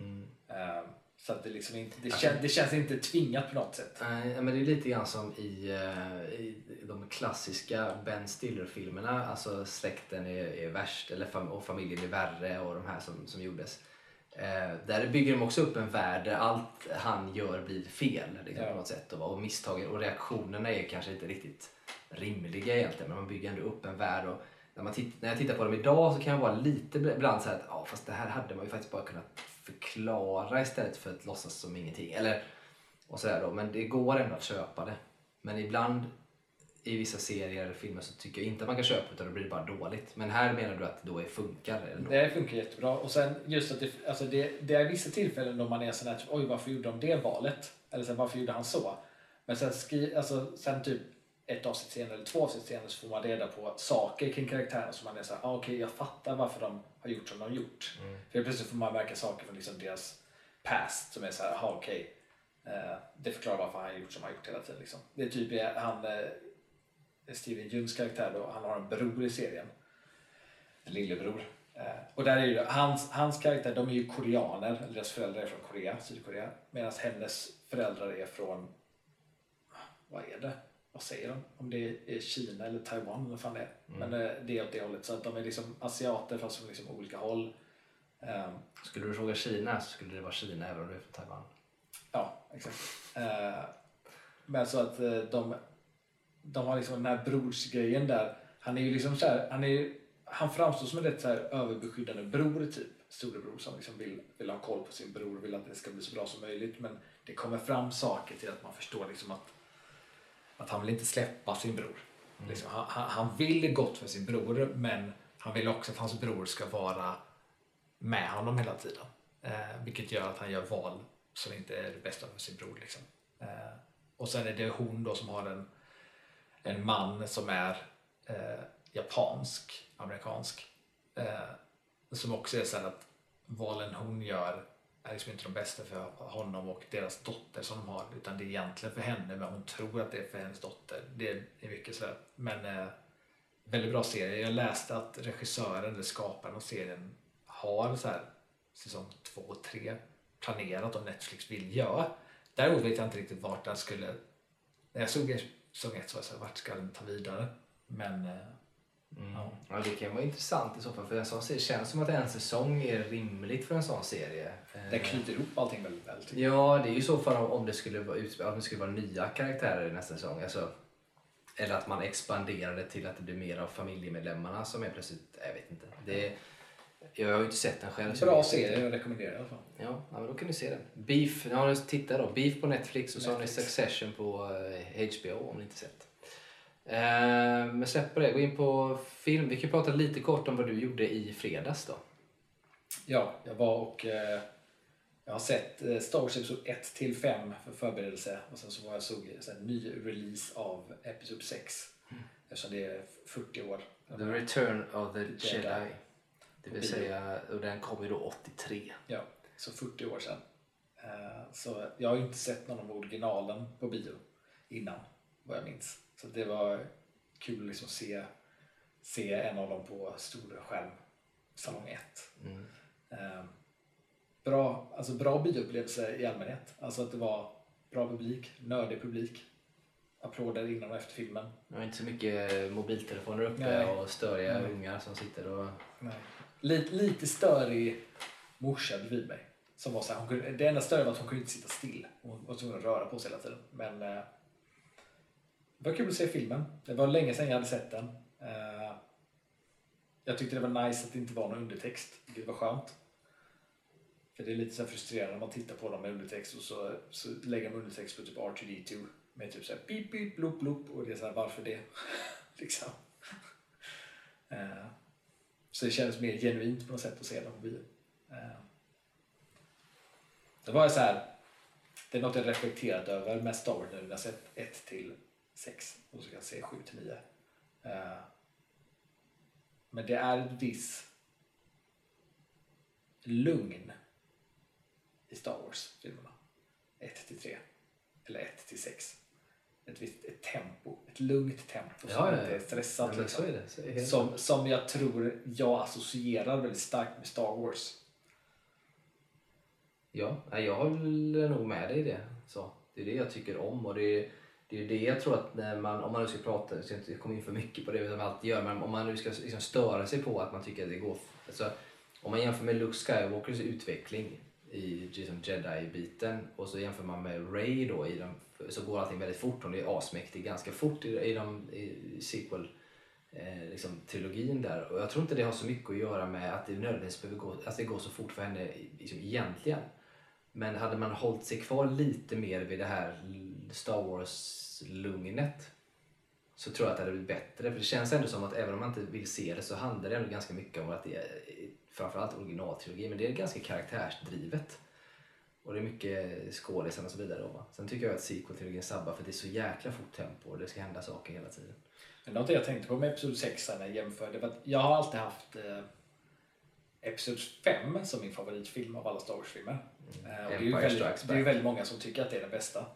Så att det liksom inte, det känns inte tvingat på något sätt. Nej, men det är lite grann som i de klassiska Ben Stiller-filmerna, alltså Släkten är värst och Familjen är värre och de här som gjordes. Där bygger de också upp en värld där allt han gör blir fel liksom, på något sätt, och misstagen och reaktionerna är kanske inte riktigt rimliga egentligen, men man bygger ändå upp en värld, och när jag tittar på dem idag så kan jag vara lite ibland så här att ja, fast det här hade man ju faktiskt bara kunnat förklara istället för att låtsas som ingenting eller och så där då, men det går ändå att köpa det, men ibland i vissa serier eller filmer så tycker jag inte att man kan köpa, utan då blir det bara dåligt. Men här menar du att det då funkar? Eller det funkar jättebra. Och sen just att det är vissa tillfällen då man är sån här typ, oj varför gjorde de det valet? Eller sen varför gjorde han så? Men sen typ ett avsnitt senare eller 2 avsnitt senare så får man reda på saker kring karaktärerna som man är såhär, okej, jag fattar varför de har gjort som de har gjort. För plötsligt får man märka saker från liksom deras past som är såhär, okej, det förklarar varför han har gjort som han har gjort hela tiden liksom. Det är typ Steven Yeuns karaktär då, han har en bror i serien, en lillebror, och där är ju hans karaktär, de är ju koreaner, eller deras föräldrar är från Sydkorea, medan hennes föräldrar är från, vad säger de? Om det är Kina eller Taiwan eller vad fan det är. Men det är åt det hållet, så att de är liksom asiater fast från liksom olika håll. Skulle du fråga Kina så skulle det vara Kina även om du är från Taiwan. Ja, exakt. Men så att de har liksom den här brorsgrejen där. Han är ju liksom så här, han framstår som en rätt så här överbeskyddande bror typ. Storebror som liksom vill ha koll på sin bror och vill att det ska bli så bra som möjligt. Men det kommer fram saker till att man förstår liksom att han vill inte släppa sin bror. Liksom, han vill gott för sin bror, men han vill också att hans bror ska vara med honom hela tiden. Vilket gör att han gör val som inte är det bästa för sin bror. Liksom. Och sen är det hon då som har en man som är amerikansk. Som också är så här att valen hon gör är liksom inte de bästa för honom och deras dotter som de har, utan det är egentligen för henne, men hon tror att det är för hennes dotter. Det är mycket så här. Men väldigt bra serie. Jag läste att regissören eller skaparen av serien har så här säsong 2 och 3 planerat om Netflix vill göra. Däremot vet jag inte riktigt vart den skulle. När jag såg säsong 1 så var jag så här, vart ska den ta vidare? Men Ja, det kan vara intressant i så fall, för en sån serie känns som att en säsong är rimligt för en sån serie. den knyter ihop allting väldigt väl. Ja, det är ju så fall om det skulle vara nya karaktärer i nästa säsong. Alltså, eller att man expanderar det till att det blir mer av familjemedlemmarna som är plötsligt, jag vet inte. Jag har ju inte sett den själv. Bra serie, jag rekommenderar i alla fall. Ja, men då kan ni se den. Beef, titta då. Beef på Netflix och så har ni Succession på HBO om ni inte sett. Men släpp på det, gå in på film. Vi kan prata lite kort om vad du gjorde i fredags då. Ja, jag var och jag har sett Star Wars episod 1-5 för förberedelse, och sen så var jag såg en ny release av episod 6 eftersom det är 40 år. The Return of the Jedi. Det vill säga, och den kom ju då 83. Ja, så 40 år sedan. Så jag har ju inte sett någon av originalen på bio innan, vad jag minns. Så det var kul att liksom se en av dem på stor skärm, salong 1. Bra bioupplevelse i allmänhet. Alltså att det var bra publik, nördig publik. Applåder innan och efter filmen. Det var inte så mycket mobiltelefoner uppe och störiga ungar som sitter och... Nej. Lite störig morsa bredvid mig. Som var så här, det enda störiga var att hon kunde inte sitta still. Hon var tvungen att röra på sig hela tiden. Men det var kul att se filmen. Det var länge sedan jag hade sett den. Jag tyckte det var nice att det inte var någon undertext. Det var skönt. För det är lite så här frustrerande när man tittar på dem med undertext och så lägger de undertext på typ R2D2 med typ så här beep beep bloop bloop, och det är så här, varför det? Liksom. Så det känns mer genuint på något sätt att se dem på bio. Det var så här, det är något jag reflekterat över med Star Wars nu när jag har sett 1-6 och så kan jag se 7-9. Men det är ett viss lugn i Star Wars-filmerna. 1-3 eller 1-6. Ett tempo, ett lugnt tempo som inte är stressat. Ja, liksom. så är det. Som jag tror jag associerar väldigt starkt med Star Wars. Ja, jag håller nog med dig i det. Så, det är det jag tycker om, och det är det jag tror att när om man nu ska prata, så jag inte komma in för mycket på det som man alltid gör, men om man nu ska liksom störa sig på att man tycker att det går, alltså, om man jämför med Luke Skywalkers utveckling i liksom Jedi-biten och så jämför man med Rey då så går allting väldigt fort, och det är asmäktigt ganska fort i sequel liksom trilogin där, och jag tror inte det har så mycket att göra med att det nödvändigtvis behöver gå, alltså det går så fort för henne liksom egentligen, men hade man hållit sig kvar lite mer vid det här Star Wars-lugnet så tror jag att det hade blivit bättre, för det känns ändå som att även om man inte vill se det så handlar det ändå ganska mycket om att det är framförallt originaltrilogi, men det är ganska karaktärsdrivet. Och det är mycket skådisar och så vidare då, va? Sen tycker jag att sequel-trilogin sabbar för det är så jäkla fort tempo och det ska hända saker hela tiden. Men något jag tänkte på med episod 6 när jag jämförde, var att jag har alltid haft episod 5 som min favoritfilm av alla Star Wars-filmer. Och det är ju väldigt många som tycker att det är den bästa.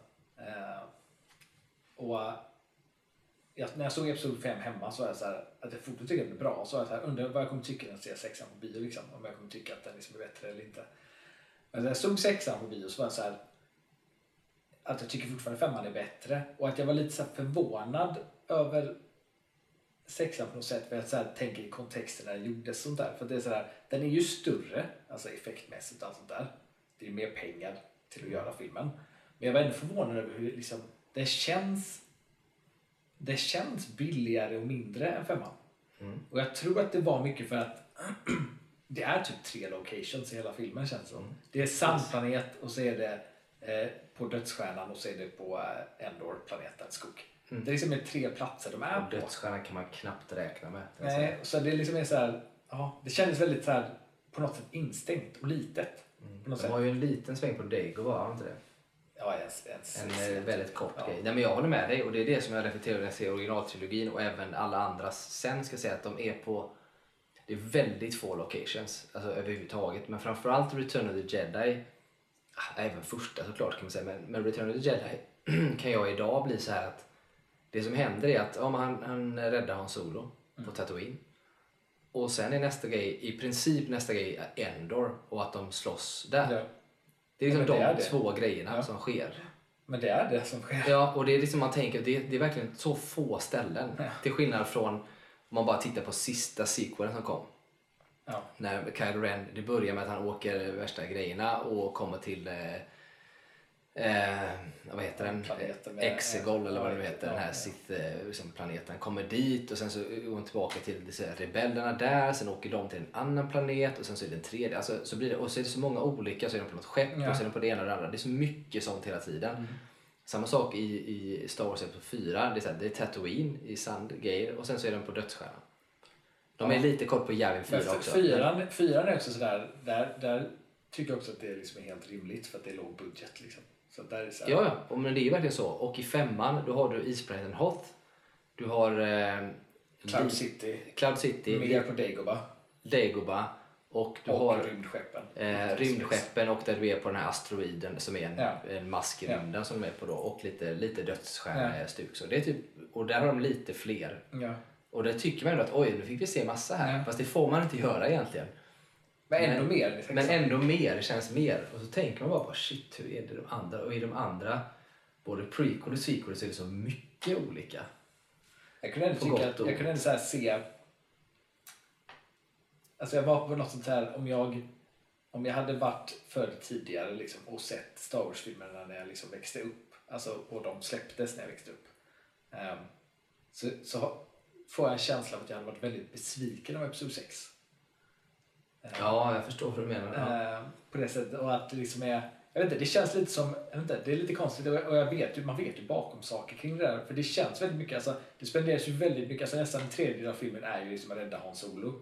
När jag såg episod 5 hemma så är jag så här, att jag fortfarande tycker att det är bra. Så är jag så här, undrar vad jag kommer tycka när jag ser 6 på bio, liksom, om jag kommer tycka att den liksom är bättre eller inte. Men när jag såg 6 på bio så var jag så här, att jag tycker fortfarande 5 är bättre, och att jag var lite så här förvånad över 6 på något sätt, för jag så här tänker i kontexten när den gjordes sånt där, för det är så här, den är ju större, alltså effektmässigt och allt sånt där. Det är mer pengar till att göra filmen. Men jag var ändå förvånad över hur liksom det känns billigare och mindre än 5. Och jag tror att det var mycket för att det är typ 3 locations i hela filmen känns det som. Det är sandplanet och så är det på dödsstjärnan och så är det på Endor, planeten skog. Det är liksom 3 platser de är på. Dödsstjärnan kan man knappt räkna med. Nej, så det liksom är så här, ja, det kändes väldigt så här på något sätt instängt och litet. På något De sätt. har ju en liten sväng på Dago, var det inte det? Ja, En väldigt kort grej. Nej, men jag håller med dig och det är det som jag reflekterar när jag ser originaltrilogin och även alla andras sen ska jag säga att de är på, det är väldigt få locations alltså överhuvudtaget, men framförallt Return of the Jedi, även första såklart kan man säga, men Return of the Jedi kan jag idag bli så här att det som händer är att han räddar Han Solo på Tatooine och sen är nästa grej, i princip nästa grej Endor och att de slåss där. Ja. Det är liksom Ja, de 2 grejerna som sker. Men det är det som sker. Ja, och det är liksom man tänker, det är verkligen så få ställen. Ja. Till skillnad från om man bara tittar på sista sequelen som kom. Ja. När Kylo Ren, det börjar med att han åker värsta grejerna och kommer till vad heter den? Exegol eller vad det nu heter, den här Sith-planeten. Kommer dit och sen så går han tillbaka till rebellerna där, sen åker de till en annan planet och sen så är det en tredje. Alltså, så blir det, och så är det så många olika, så är de på något skepp och så är de på det ena och det andra. Det är så mycket sånt hela tiden. Samma sak i Star Wars Episod 4, det är Tatooine i sandgrejer och sen så är de på dödsstjärnan. De är lite kort på Yavin 4 också. Fyran är också sådär, där tycker jag också att det liksom är helt rimligt för att det är låg budget liksom. Så där är så här. Ja, men det är verkligen så. Och i 5:an då har du isplaneten Hoth. Du har Cloud City. Mer på Dagobah. Och du har rymdskeppen. och där du är på den här asteroiden som är en mask i rymden som de är på då. Och lite dödsstjärnestuk. Så det är typ, och där har de lite fler. Ja. Och det tycker man ändå att oj, nu fick vi se massa här. Ja. Fast det får man inte göra egentligen. Men ändå mer. Det känns mer. Och så tänker man bara shit, hur är det de andra? Och i de andra, både prequel och sequel, så är det så mycket olika. Jag kunde ändå så här se, alltså jag var på något sånt här, om jag hade varit för tidigare liksom, och sett Star Wars-filmerna när jag liksom växte upp, alltså, och de släpptes när jag växte upp, så får jag en känsla av att jag hade varit väldigt besviken av Episod 6. Ja, jag förstår vad du menar. På det sättet, och att det liksom är, jag vet inte, det känns lite som, det är lite konstigt och man vet ju bakom saker kring det där, för det känns väldigt mycket, alltså det spenderas ju väldigt mycket, alltså nästan en tredjedel av filmen är ju liksom att rädda Han Solo.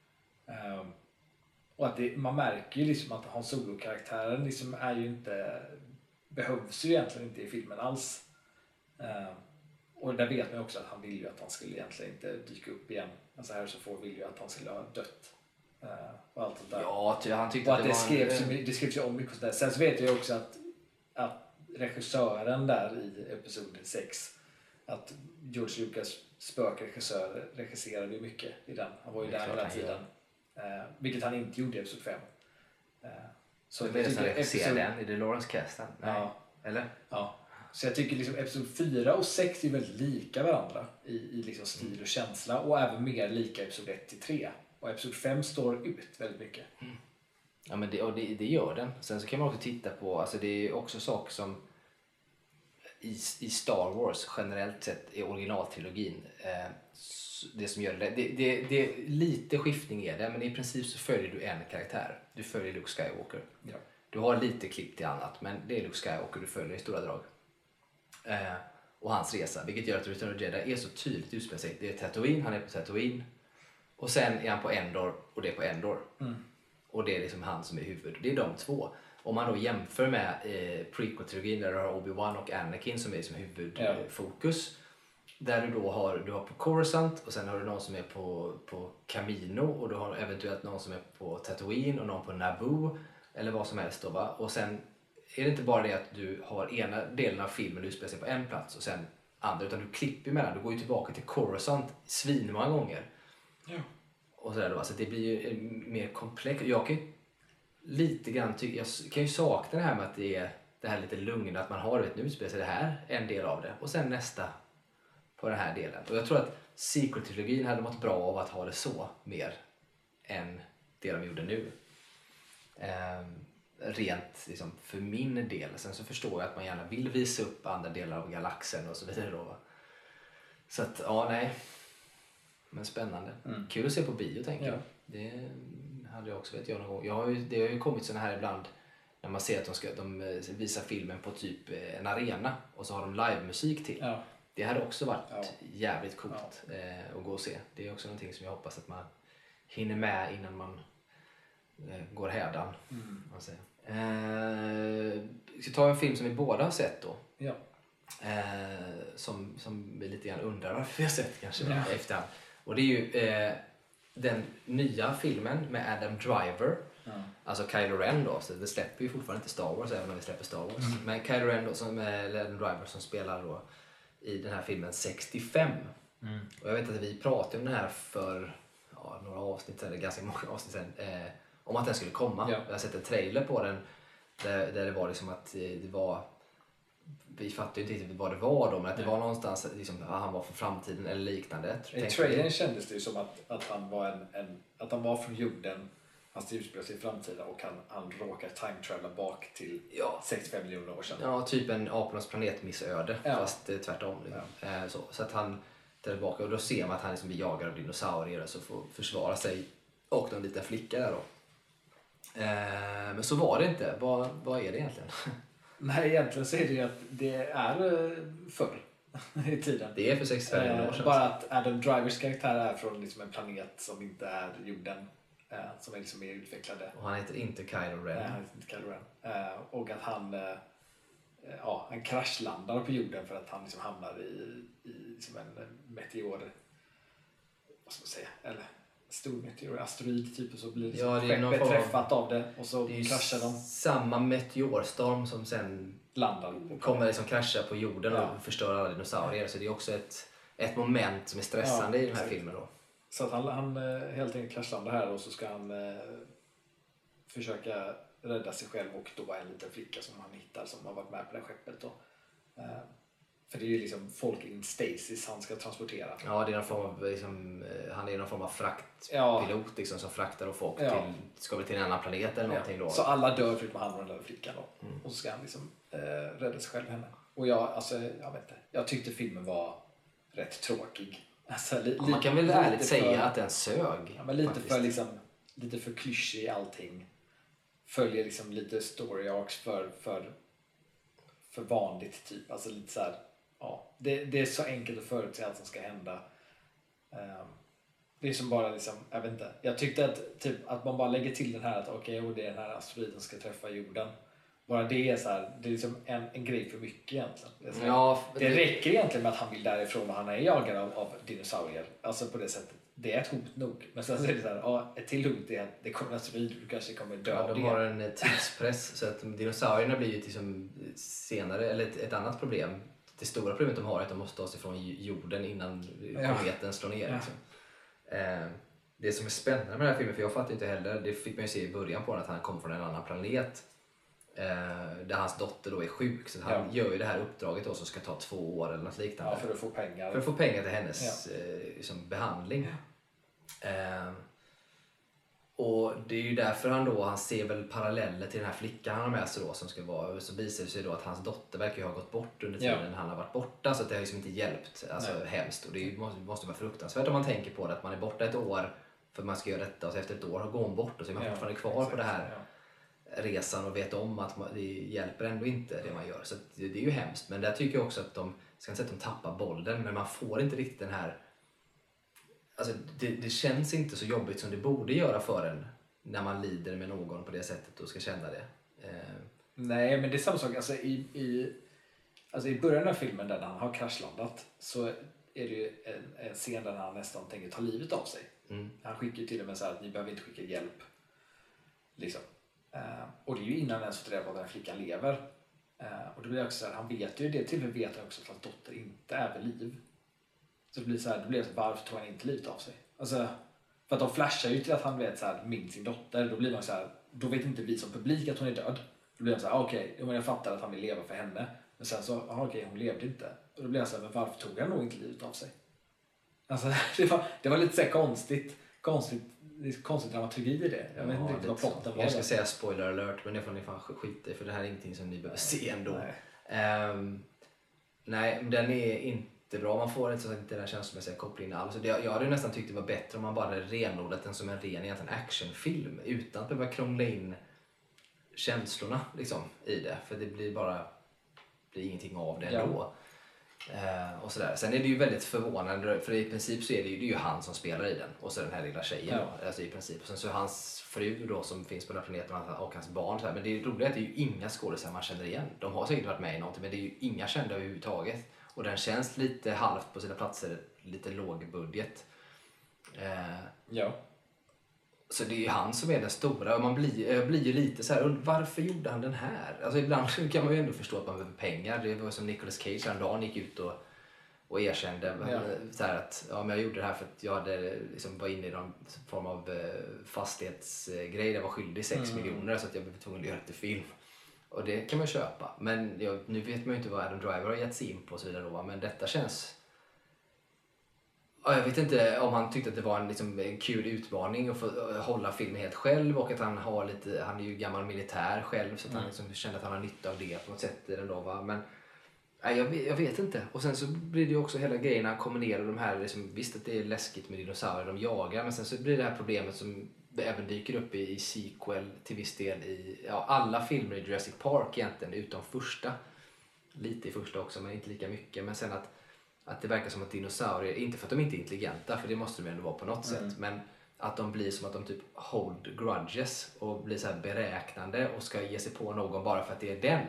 Och att man märker ju liksom att Han Solo-karaktären liksom är ju inte, behövs ju egentligen inte i filmen alls. Och där vet man också att han vill ju att han skulle egentligen inte dyka upp igen. Alltså Harrison Ford vill ju att han skulle ha dött. Och allt sånt där. Ja, han tyckte och att det skrevs ju om mycket sånt där. Sen så vet jag också att regissören där i Episod 6, att George Lucas spökregissör regisserade ju mycket i den. Han var ju där hela tiden. Vilket han inte gjorde i Episod 5. Så det är som regisserar den? Är det Lawrence Kasdan? Ja. Eller? Ja. Så jag tycker liksom Episod 4 och 6 är väldigt lika varandra i liksom stil och känsla, och även mer lika Episod 1-3. Och Episod 5 står ut väldigt mycket. Ja, men det gör den. Sen så kan man också titta på, alltså det är också saker som i Star Wars generellt sett i originaltrilogin, det som gör det är lite skiftning är det, men i princip så följer du en karaktär. Du följer Luke Skywalker. Ja. Du har lite klipp till annat, men det är Luke Skywalker du följer i stora drag. Och hans resa, vilket gör att Return of the Jedi är så tydligt utspelar sig. Det är Tatooine, han är på Tatooine. Och sen är han på Endor och det är på Endor. Och det är liksom han som är huvud. Det är de 2. Om man då jämför med prequel-trilogin där du har Obi-Wan och Anakin som är som huvudfokus. Där du då har på Coruscant och sen har du någon som är på Camino och du har eventuellt någon som är på Tatooine och någon på Naboo eller vad som helst då, va? Och sen är det inte bara det att du har ena delen av filmen du utspelar sig på en plats och sen andra, utan du klipper emellan. Du går ju tillbaka till Coruscant svinmånga gånger. Ja. Och så där då, alltså det blir ju mer komplext. Jag kan ju lite grann jag kan ju sakna det här med att det är det här lite lugna, att man har nu utspelar sig det här en del av det och sen nästa på den här delen. Och jag tror att sequel-trilogin hade mått bra av att ha det så mer än det de gjorde nu. Rent liksom, för min del. Sen så förstår jag att man gärna vill visa upp andra delar av galaxen och så vidare då. Så att, ja, nej. Men spännande. Kul att se på bio, tänker jag. Det hade jag också velat göra någon gång. Det har ju kommit såna här ibland när man ser att de visar filmen på typ en arena och så har de livemusik till. Ja. Det hade också varit jävligt coolt att gå och se. Det är också någonting som jag hoppas att man hinner med innan man går hädan. Man säger. Vi ska ta en film som vi båda har sett då. Ja. Som vi lite grann undrar varför vi har sett kanske efterhand. Och det är ju den nya filmen med Adam Driver. Alltså Kylo Ren då, så det släpper ju fortfarande inte Star Wars även om vi släpper Star Wars. Men Kylo Ren då, eller Adam Driver som spelar då i den här filmen 65. Och jag vet att vi pratade om den här för några avsnitt, eller ganska många avsnitt sedan, om att den skulle komma. Jag har sett en trailer på den där det var liksom att det var, vi fattade ju inte riktigt vad det var då, men att det var någonstans liksom, han var för framtiden eller liknande. I trailern kändes det ju som att han var att han var från jorden, han utspelar sig i framtiden och han råkar time-travela bak till 65 miljoner år sedan. Ja, typ en apornas planetmissöde, fast tvärtom. Liksom. Så att han tar tillbaka och då ser man att han liksom blir jagad av dinosaurier och så får försvara sig och en liten flicka där då. Men så var det inte. Vad är det egentligen? Nej, egentligen så är det ju att det är förr i tiden. Det är för 65 år sedan. Bara att Adam Drivers karaktär är från liksom en planet som inte är jorden. Som är liksom mer utvecklade. Och han heter inte Kylo Ren. Nej, han heter inte Kylo Ren. Och att han kraschlandar på jorden för att han liksom hamnar i liksom en meteor. Vad ska man säga? Eller stor meteor, asteroid typ, och så blir liksom skeppet träffat av det och så kraschar de. Samma meteorstorm som sen kommer liksom krascha på jorden och förstör alla dinosaurier. Så det är också ett moment som är stressande i den här filmen då. Så att han helt enkelt kraschlandar här och så ska han försöka rädda sig själv och då en liten flicka som han hittar som har varit med på det här skeppet då. För det är ju liksom folk in stasis han ska transportera. Ja, det är någon form av, liksom, han är någon form av fraktpilot liksom, som fraktar folk till en annan planet eller någonting då. Så alla dör förutom han och den där flickan då. Och så ska han liksom rädda sig själv henne. Och jag vet inte. Jag tyckte filmen var rätt tråkig. Alltså, man kan väl ärligt säga att den sög. Ja, men lite för klyschig i allting. Följer liksom lite story arcs för vanligt typ. Alltså lite så här, det är så enkelt att förutse allt som ska hända. Det är som bara liksom, jag vet inte. Jag tyckte att man bara lägger till den här att och det är den här asteroiden ska träffa jorden. Bara det är så här, det är liksom en grej för mycket egentligen. Det räcker egentligen med att han vill därifrån och han är jagad av dinosaurier. Alltså på det sättet. Det är ett hot nog. Men sen så är det så här, ett till hot är att det kommer en asteroid och du kanske kommer dö av det. De har en tidspress så att dinosaurierna blir ju liksom senare, eller ett annat problem. Det stora problemet de har är att de måste ta sig från jorden innan kometen slår ner. Liksom. Det som är spännande med den här filmen, för jag fattar inte heller, det fick man ju se i början på den, att han kommer från en annan planet. Där hans dotter då är sjuk, så han gör ju det här uppdraget då som ska ta 2 år eller något liknande. Ja, för att få pengar. För att få pengar till hennes liksom behandling. Och det är ju därför han ser väl paralleller till den här flickan han har med sig då, som ska vara, så visar det sig då att hans dotter verkar ju ha gått bort under tiden han har varit borta, så att det har liksom inte hjälpt, alltså hemskt. Och det måste vara fruktansvärt om man tänker på det, att man är borta ett år för att man ska göra detta och så efter ett år går hon bort och så är man fortfarande kvar på det här resan och vet om att det hjälper ändå inte det man gör. Så det är ju hemskt, men där tycker jag också att ska inte säga att de tappar bollen, men man får inte riktigt den här, alltså det känns inte så jobbigt som det borde göra för en när man lider med någon på det sättet och ska känna det. Nej, men det är samma sak. Alltså i början av filmen där han har kraschlandat så är det ju en scen där han nästan tänker ta livet av sig. Han skickar ju till och med så här att ni behöver inte skicka hjälp. Liksom. Och det är ju innan ens fått reda på att den här flickan lever. Och det blir också så här, han vet ju det, till och med vet han också att hans dotter inte är vid liv. Så det blir så här, varför tog han inte livet av sig? Alltså, för att de flashar ju till att han vet så här, minns sin dotter. Då blir man så här, då vet inte vi som publik att hon är död. Då blir man så här, okej, jag fattar att han vill leva för henne. Men sen så, hon levde inte. Och då blir jag så här, men varför tog han nog inte livet av sig? Alltså, det var lite så här konstigt dramaturgi i det. Jag vet inte riktigt vad plotten var. Jag ska säga spoiler alert, men det får ni fan skita i, för det här är ingenting som ni behöver se ändå. Nej, men den är inte jättebra. Man får inte den känslomässiga kopplingen alls. Jag hade nästan tyckt det var bättre om man bara hade renodlat den som en ren egentligen actionfilm utan att behöva krångla in känslorna liksom, i det. För det blir ingenting av det ändå. Och sådär. Sen är det ju väldigt förvånande, för i princip så är det ju han som spelar i den och så den här lilla tjejen då, alltså i princip. Och sen så hans fru då som finns på den här planeten och hans barn så här. Men det är roligt att det är ju inga skådespelare man känner igen. De har säkert varit med i någonting, men det är ju inga kända överhuvudtaget. Och den känns lite halvt på sina platser, lite låg budget. Så det är ju han som är den stora och man blir ju lite så här, varför gjorde han den här? Alltså ibland kan man ju ändå förstå att man behöver pengar. Det var som Nicolas Cage häromdagen gick ut och erkände så här att men jag gjorde det här för att jag hade liksom var inne i någon form av fastighetsgrej. Jag var skyldig 6 miljoner så att jag blev tvungen att göra det film. Och det kan man köpa. Men nu vet man ju inte vad Adam Driver har gett sig in på och så vidare då, men detta känns... Jag vet inte om han tyckte att det var en kul utmaning att få hålla filmen helt själv och att han är ju gammal militär själv så att han liksom kände att han har nytta av det på något sätt i den då, va? Men jag vet inte. Och sen så blir det ju också hela grejen när han kombinerar de här, liksom, visst att det är läskigt med dinosaurier de jagar, men sen så blir det här problemet som även dyker upp i sequel till viss del i alla filmer i Jurassic Park egentligen, utom första. Lite i första också, men inte lika mycket. Men sen att det verkar som att dinosaurier, inte för att de inte är intelligenta, för det måste de ändå vara på något sätt, men att de blir som att de typ hold grudges och blir så här beräknande och ska ge sig på någon bara för att det är den.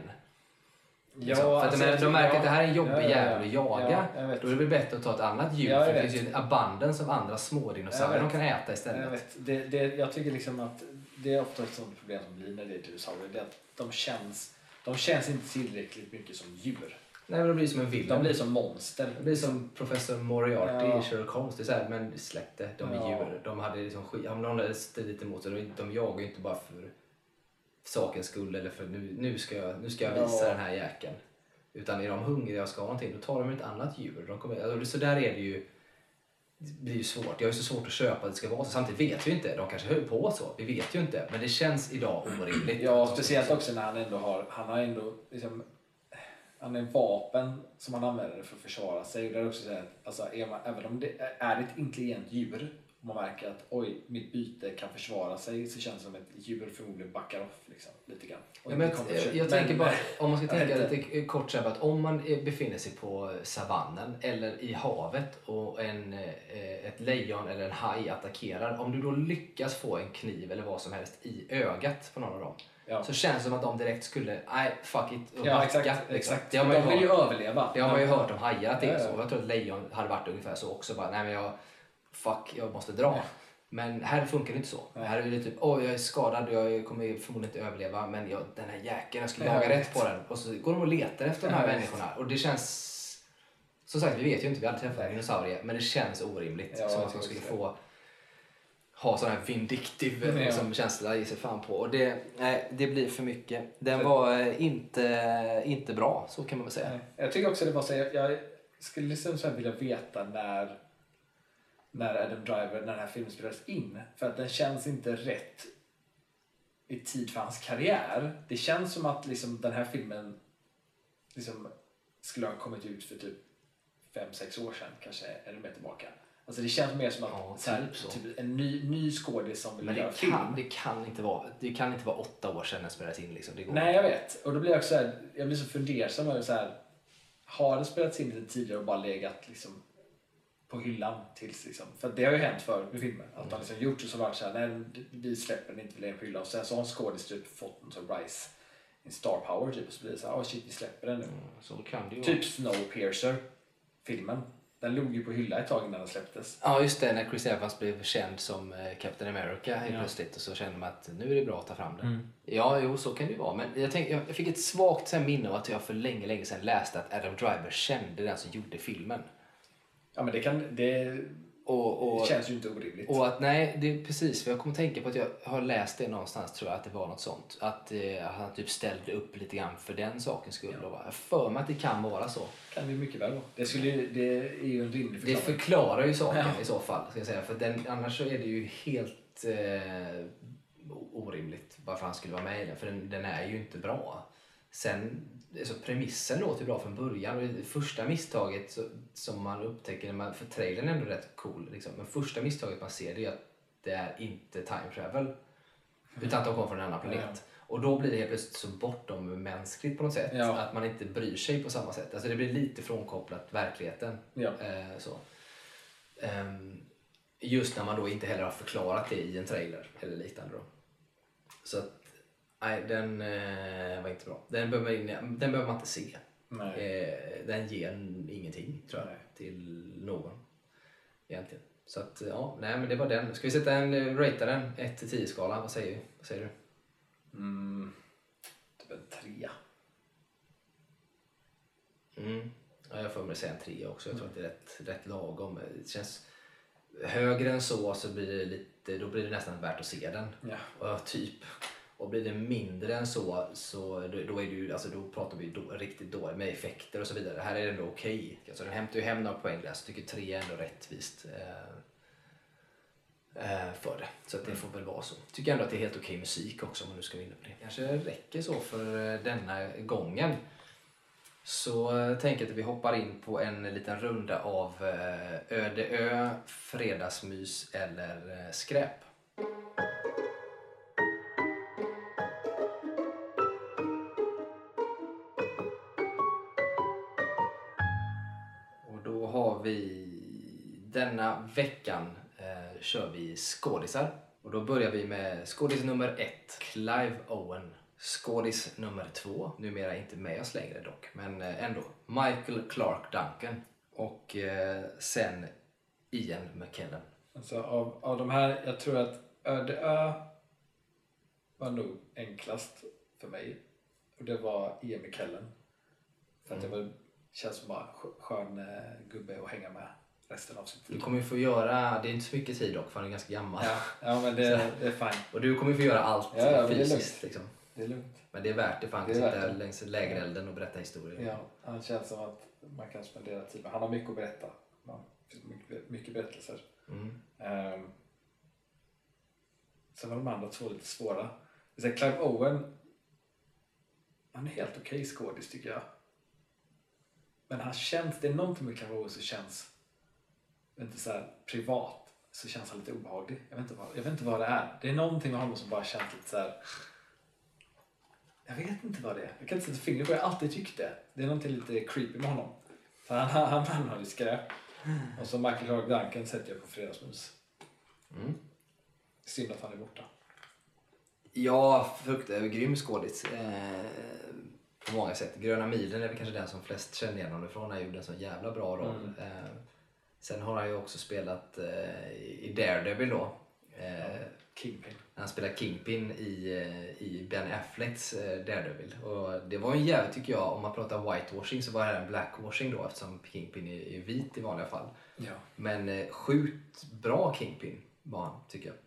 För att de märker att det här är en jobbig jävel att jaga, då är det väl bättre att ta ett annat djur, för det finns ju en abundance av andra små dinosaurier de kan äta istället. Jag tycker liksom att det är ofta ett sånt problem som blir när det är dinosaurier, det är att de känns inte tillräckligt mycket som djur. Nej, men de blir som en villain. De blir som monster. Det blir som professor Moriarty i Sherlock Holmes. Det är så här, men släpp det. De är djur. De hade liksom de hade lite emot sig. De jagar ju inte bara för sakens skull eller för nu ska jag visa den här jäkeln. Utan är de hungriga och ska någonting, då tar de ett annat djur. Så där är det ju. Det blir ju svårt. Jag är så svårt att köpa att det ska vara så. Samtidigt vet vi inte. De kanske höll på så. Vi vet ju inte. Men det känns idag orimligt. Ja, speciellt också när han har ändå liksom... Han är vapen som han använder för att försvara sig. Och det är också så att, alltså, även om det är ett intelligent djur och man märker att mitt byte kan försvara sig, så känns det som ett djur förmodligen backar off liksom, lite grann. Jag tänker bara, om man ska tänka lite kort så här, att om man befinner sig på savannen eller i havet och ett lejon eller en haj attackerar, om du då lyckas få en kniv eller vad som helst i ögat på någon av dem, så känns det som att de direkt skulle, fuck it, och backa. Exakt. De vill ju överleva. Det har man ju hört om hajar att det är så. Jag tror att lejon hade varit ungefär så också. Bara, nej men jag måste dra. Men här funkar det inte så. Här är det typ, jag är skadad och jag kommer förmodligen inte överleva, men den här jäkeln, jag ska jaga rätt på den. Och så går de och letar efter de här människorna. Och det känns, som sagt, vi vet ju inte, vi har aldrig träffat dinosaurier, men det känns orimligt. Som att man skulle få ha sån här vindiktiv som känsla i sig fan på. Och det blir för mycket. Den var inte bra, så kan man väl säga. Jag tycker också det var så, jag skulle liksom så vilja veta när Adam Driver, när den här filmen spelades in. För att den känns inte rätt i tid för hans karriär. Det känns som att liksom den här filmen liksom skulle ha kommit ut för typ 5-6 år sedan, kanske ännu mer tillbaka. Alltså det känns mer som att typ en ny skådis som vill göra film. Det kan inte vara 8 år sedan den spelades in liksom. Det går. Nej, jag vet. Och då blir jag blir så fundersam över så här, har det spelats in lite tidigare och bara legat liksom på hyllan tills liksom, för det har ju hänt förut med filmer att man liksom gjort så varit så här, nej vi släpper den inte, vi lägger på hyllan, och sen så har en skådis typ fått en sån rise in star power typ, och så blir det så här, shit, vi släpper den nu. Så kan det ju typ Snowpiercer filmen. Den låg ju på hylla ett tag innan den släpptes. Ja, just det. När Chris Evans blev känd som Captain America helt plötsligt, och så kände man att nu är det bra att ta fram den. Ja, jo, så kan det ju vara. Men jag fick ett svagt minne av att jag för länge sedan läste att Adam Driver kände den som gjorde filmen. Ja, men det känns ju inte orimligt. Och att, nej, det är precis. För jag kommer tänka på att jag har läst det någonstans, tror jag, att det var något sånt. Att han typ ställde upp lite grann för den sakens skull. Ja. Jag för mig att det kan vara så. Kan det mycket väl vara. Det är ju en rimlig förklaring. Det förklarar ju saken i så fall, ska jag säga. För annars så är det ju helt orimligt varför han skulle vara med i den. För den är ju inte bra. Sen, alltså premissen låter ju bra från början. Och det första misstaget som man upptäcker, för trailern är ändå rätt cool. Liksom. Men första misstaget man ser det är att det är inte time travel. Utan att de kommer från en annan planet. Ja. Och då blir det helt plötsligt så bortom mänskligt på något sätt. Ja. Att man inte bryr sig på samma sätt. Alltså det blir lite frånkopplat verkligheten. Ja. Just när man då inte heller har förklarat det i en trailer eller liknande då. Så att, nej, den var inte bra. Den behöver man inte se. Den ger ingenting, tror jag, till någon egentligen. Så att, ja, nej, men det var den. Ska vi sätta ratea den 1-10-skala? Vad säger du? Typ en 3. Ja, jag får mig säga en 3 också. Jag tror att det är rätt lagom. Det känns högre än så blir det då blir det nästan värt att se den. Ja. Typ. Och blir det mindre än så då är det ju, alltså då pratar vi riktigt dåligt med effekter och så vidare. Här är det ändå okej. Alltså den hämtar ju hem några poäng där, så tycker 3 är ändå rättvist för det. Så att det får väl vara så. Tycker ändå att det är helt okej musik också, om man nu ska vinna på det. Kanske räcker så för denna gången. Så tänker jag att vi hoppar in på en liten runda av öde ö, fredagsmys eller skräp. Och då har vi denna veckan kör vi skådisar. Och då börjar vi med skådis nummer 1, Clive Owen. Skådis nummer 2, numera inte med oss längre dock, men ändå, Michael Clarke Duncan. Och sen Ian McKellen. Alltså av de här, jag tror att öde ö var nog enklast för mig. Och det var Ian McKellen. För att det känns som bara skön gubbe att hänga med resten av sitt liv. Du kommer ju få göra, det är inte så mycket tid dock för han är ganska gammal. Ja men det är fine. Och du kommer ju få göra allt fysiskt liksom. Det är lugnt. Men det är värt det, för han kan sitta längs lägerelden och berätta historier. Ja, han känns som att man kan spendera tid. Han har mycket att berätta. Mycket berättelser. Sen var de andra 2 lite svåra. Clive Owen, han är helt okej skådis tycker jag. Men han känns, det är någonting med Clive Owen som känns inte så här privat, så känns han lite obehaglig. Jag vet inte vad det är. Det är någonting med honom som bara känns lite så här. Jag vet inte vad det är. Jag kan inte sätta fingret på det. Jag har alltid tyckt det. Det är någonting lite creepy med honom. För han har lite skräp. Och så Michael Clarke Duncan sätter jag på fredagsmus. Synd att han är borta. Ja, grym skådis. På många sätt. Gröna milen är väl kanske den som flest känner igen honom ifrån. Han gjorde en så jävla bra roll. Sen har han ju också spelat i Daredevil då. Kingpin. Han spelar Kingpin i Ben Afflecks Daredevil. Och det var en jävligt, tycker jag, om man pratar whitewashing så var det en blackwashing då, eftersom Kingpin är vit i vanliga fall. Ja. Men sjukt bra Kingpin var han, tycker jag.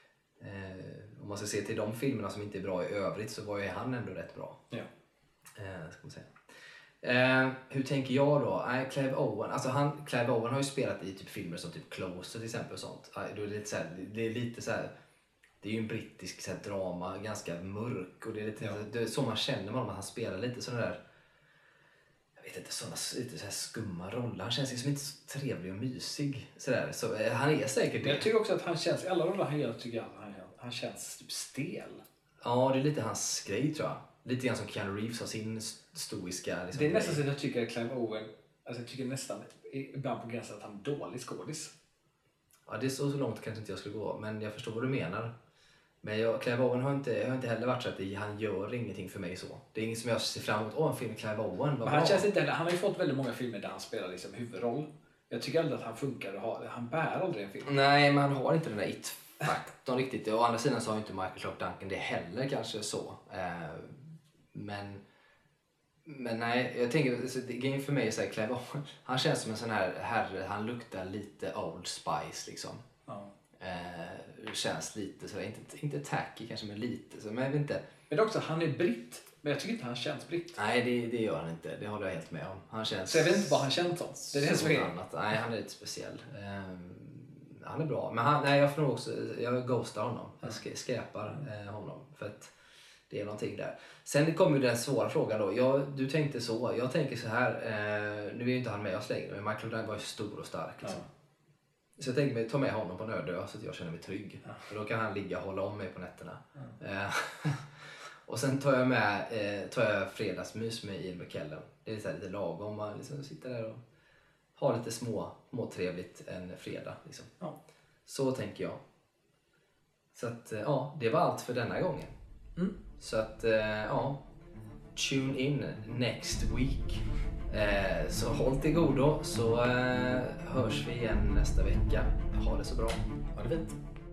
Om man ska se till de filmerna som inte är bra i övrigt så var ju han ändå rätt bra. Ja. Ska man säga. Hur tänker jag då? Clive Owen, alltså Clive Owen har ju spelat i typ filmer som typ Closer till exempel och sånt. Då är det lite så här, det är ju en brittisk så här, drama, ganska mörk, och det är lite det är så man känner med honom, att han spelar lite sådana där, jag vet inte, sådana lite så här skumma roller. Han känns ju som inte så trevlig och mysig sådär. Så han är säkert det. Jag tycker också att han känns, i alla roller han gör tycker jag han känns typ stel. Ja, det är lite hans grej tror jag. Lite grann som Keanu Reeves har sin stoiska liksom, det är nästan så att jag tycker att Clive Owen, alltså jag tycker nästan ibland på gränsen att han är dålig skådis. Ja, det är så långt kanske inte jag skulle gå, men jag förstår vad du menar. Men Clive Owen har inte heller varit så att han gör ingenting för mig så. Det är inget som jag ser fram emot. En film med Clive Owen. Men han känns inte heller, han har ju fått väldigt många filmer där han spelar liksom huvudroll. Jag tycker aldrig att han funkar, han bär aldrig en film. Nej, men han har inte den där it-faktorn riktigt. Å andra sidan så har inte Michael Clarke Duncan det heller kanske så. Men nej, jag tänker att grejen för mig är så här, Clive Owen, han känns som en sån här herre, han luktar lite Old Spice liksom. Ja. Känns lite så, inte tacky kanske, men lite så, men jag vet inte. Men också, han är britt, men jag tycker inte han känns britt. Nej, det gör han inte, det håller jag helt med om. Han känns, så jag vet inte vad han känns som. Det är det som är annat. Nej, han är lite speciell. Han är bra, men jag får nog också, jag ghostar honom. Jag skräpar honom, för att Det är någonting där. Sen kommer ju den svåra frågan då. Du tänkte så. Jag tänker så här. Nu är ju inte han med oss längre. Men Michael O'Donnell var ju stor och stark. Liksom. Så jag tänker mig ta med honom på en öde ö så att jag känner mig trygg. För då kan han ligga och hålla om mig på nätterna. Och sen tar jag fredagsmys med Ian McKellen. Det är så här lite lagom. Man liksom sitter där och har lite småtrevligt en fredag. Liksom. Så tänker jag. Så att det var allt för denna gången. Så att tune in next week. Så håll till godo så hörs vi igen nästa vecka. Ha det så bra. Ha det fint.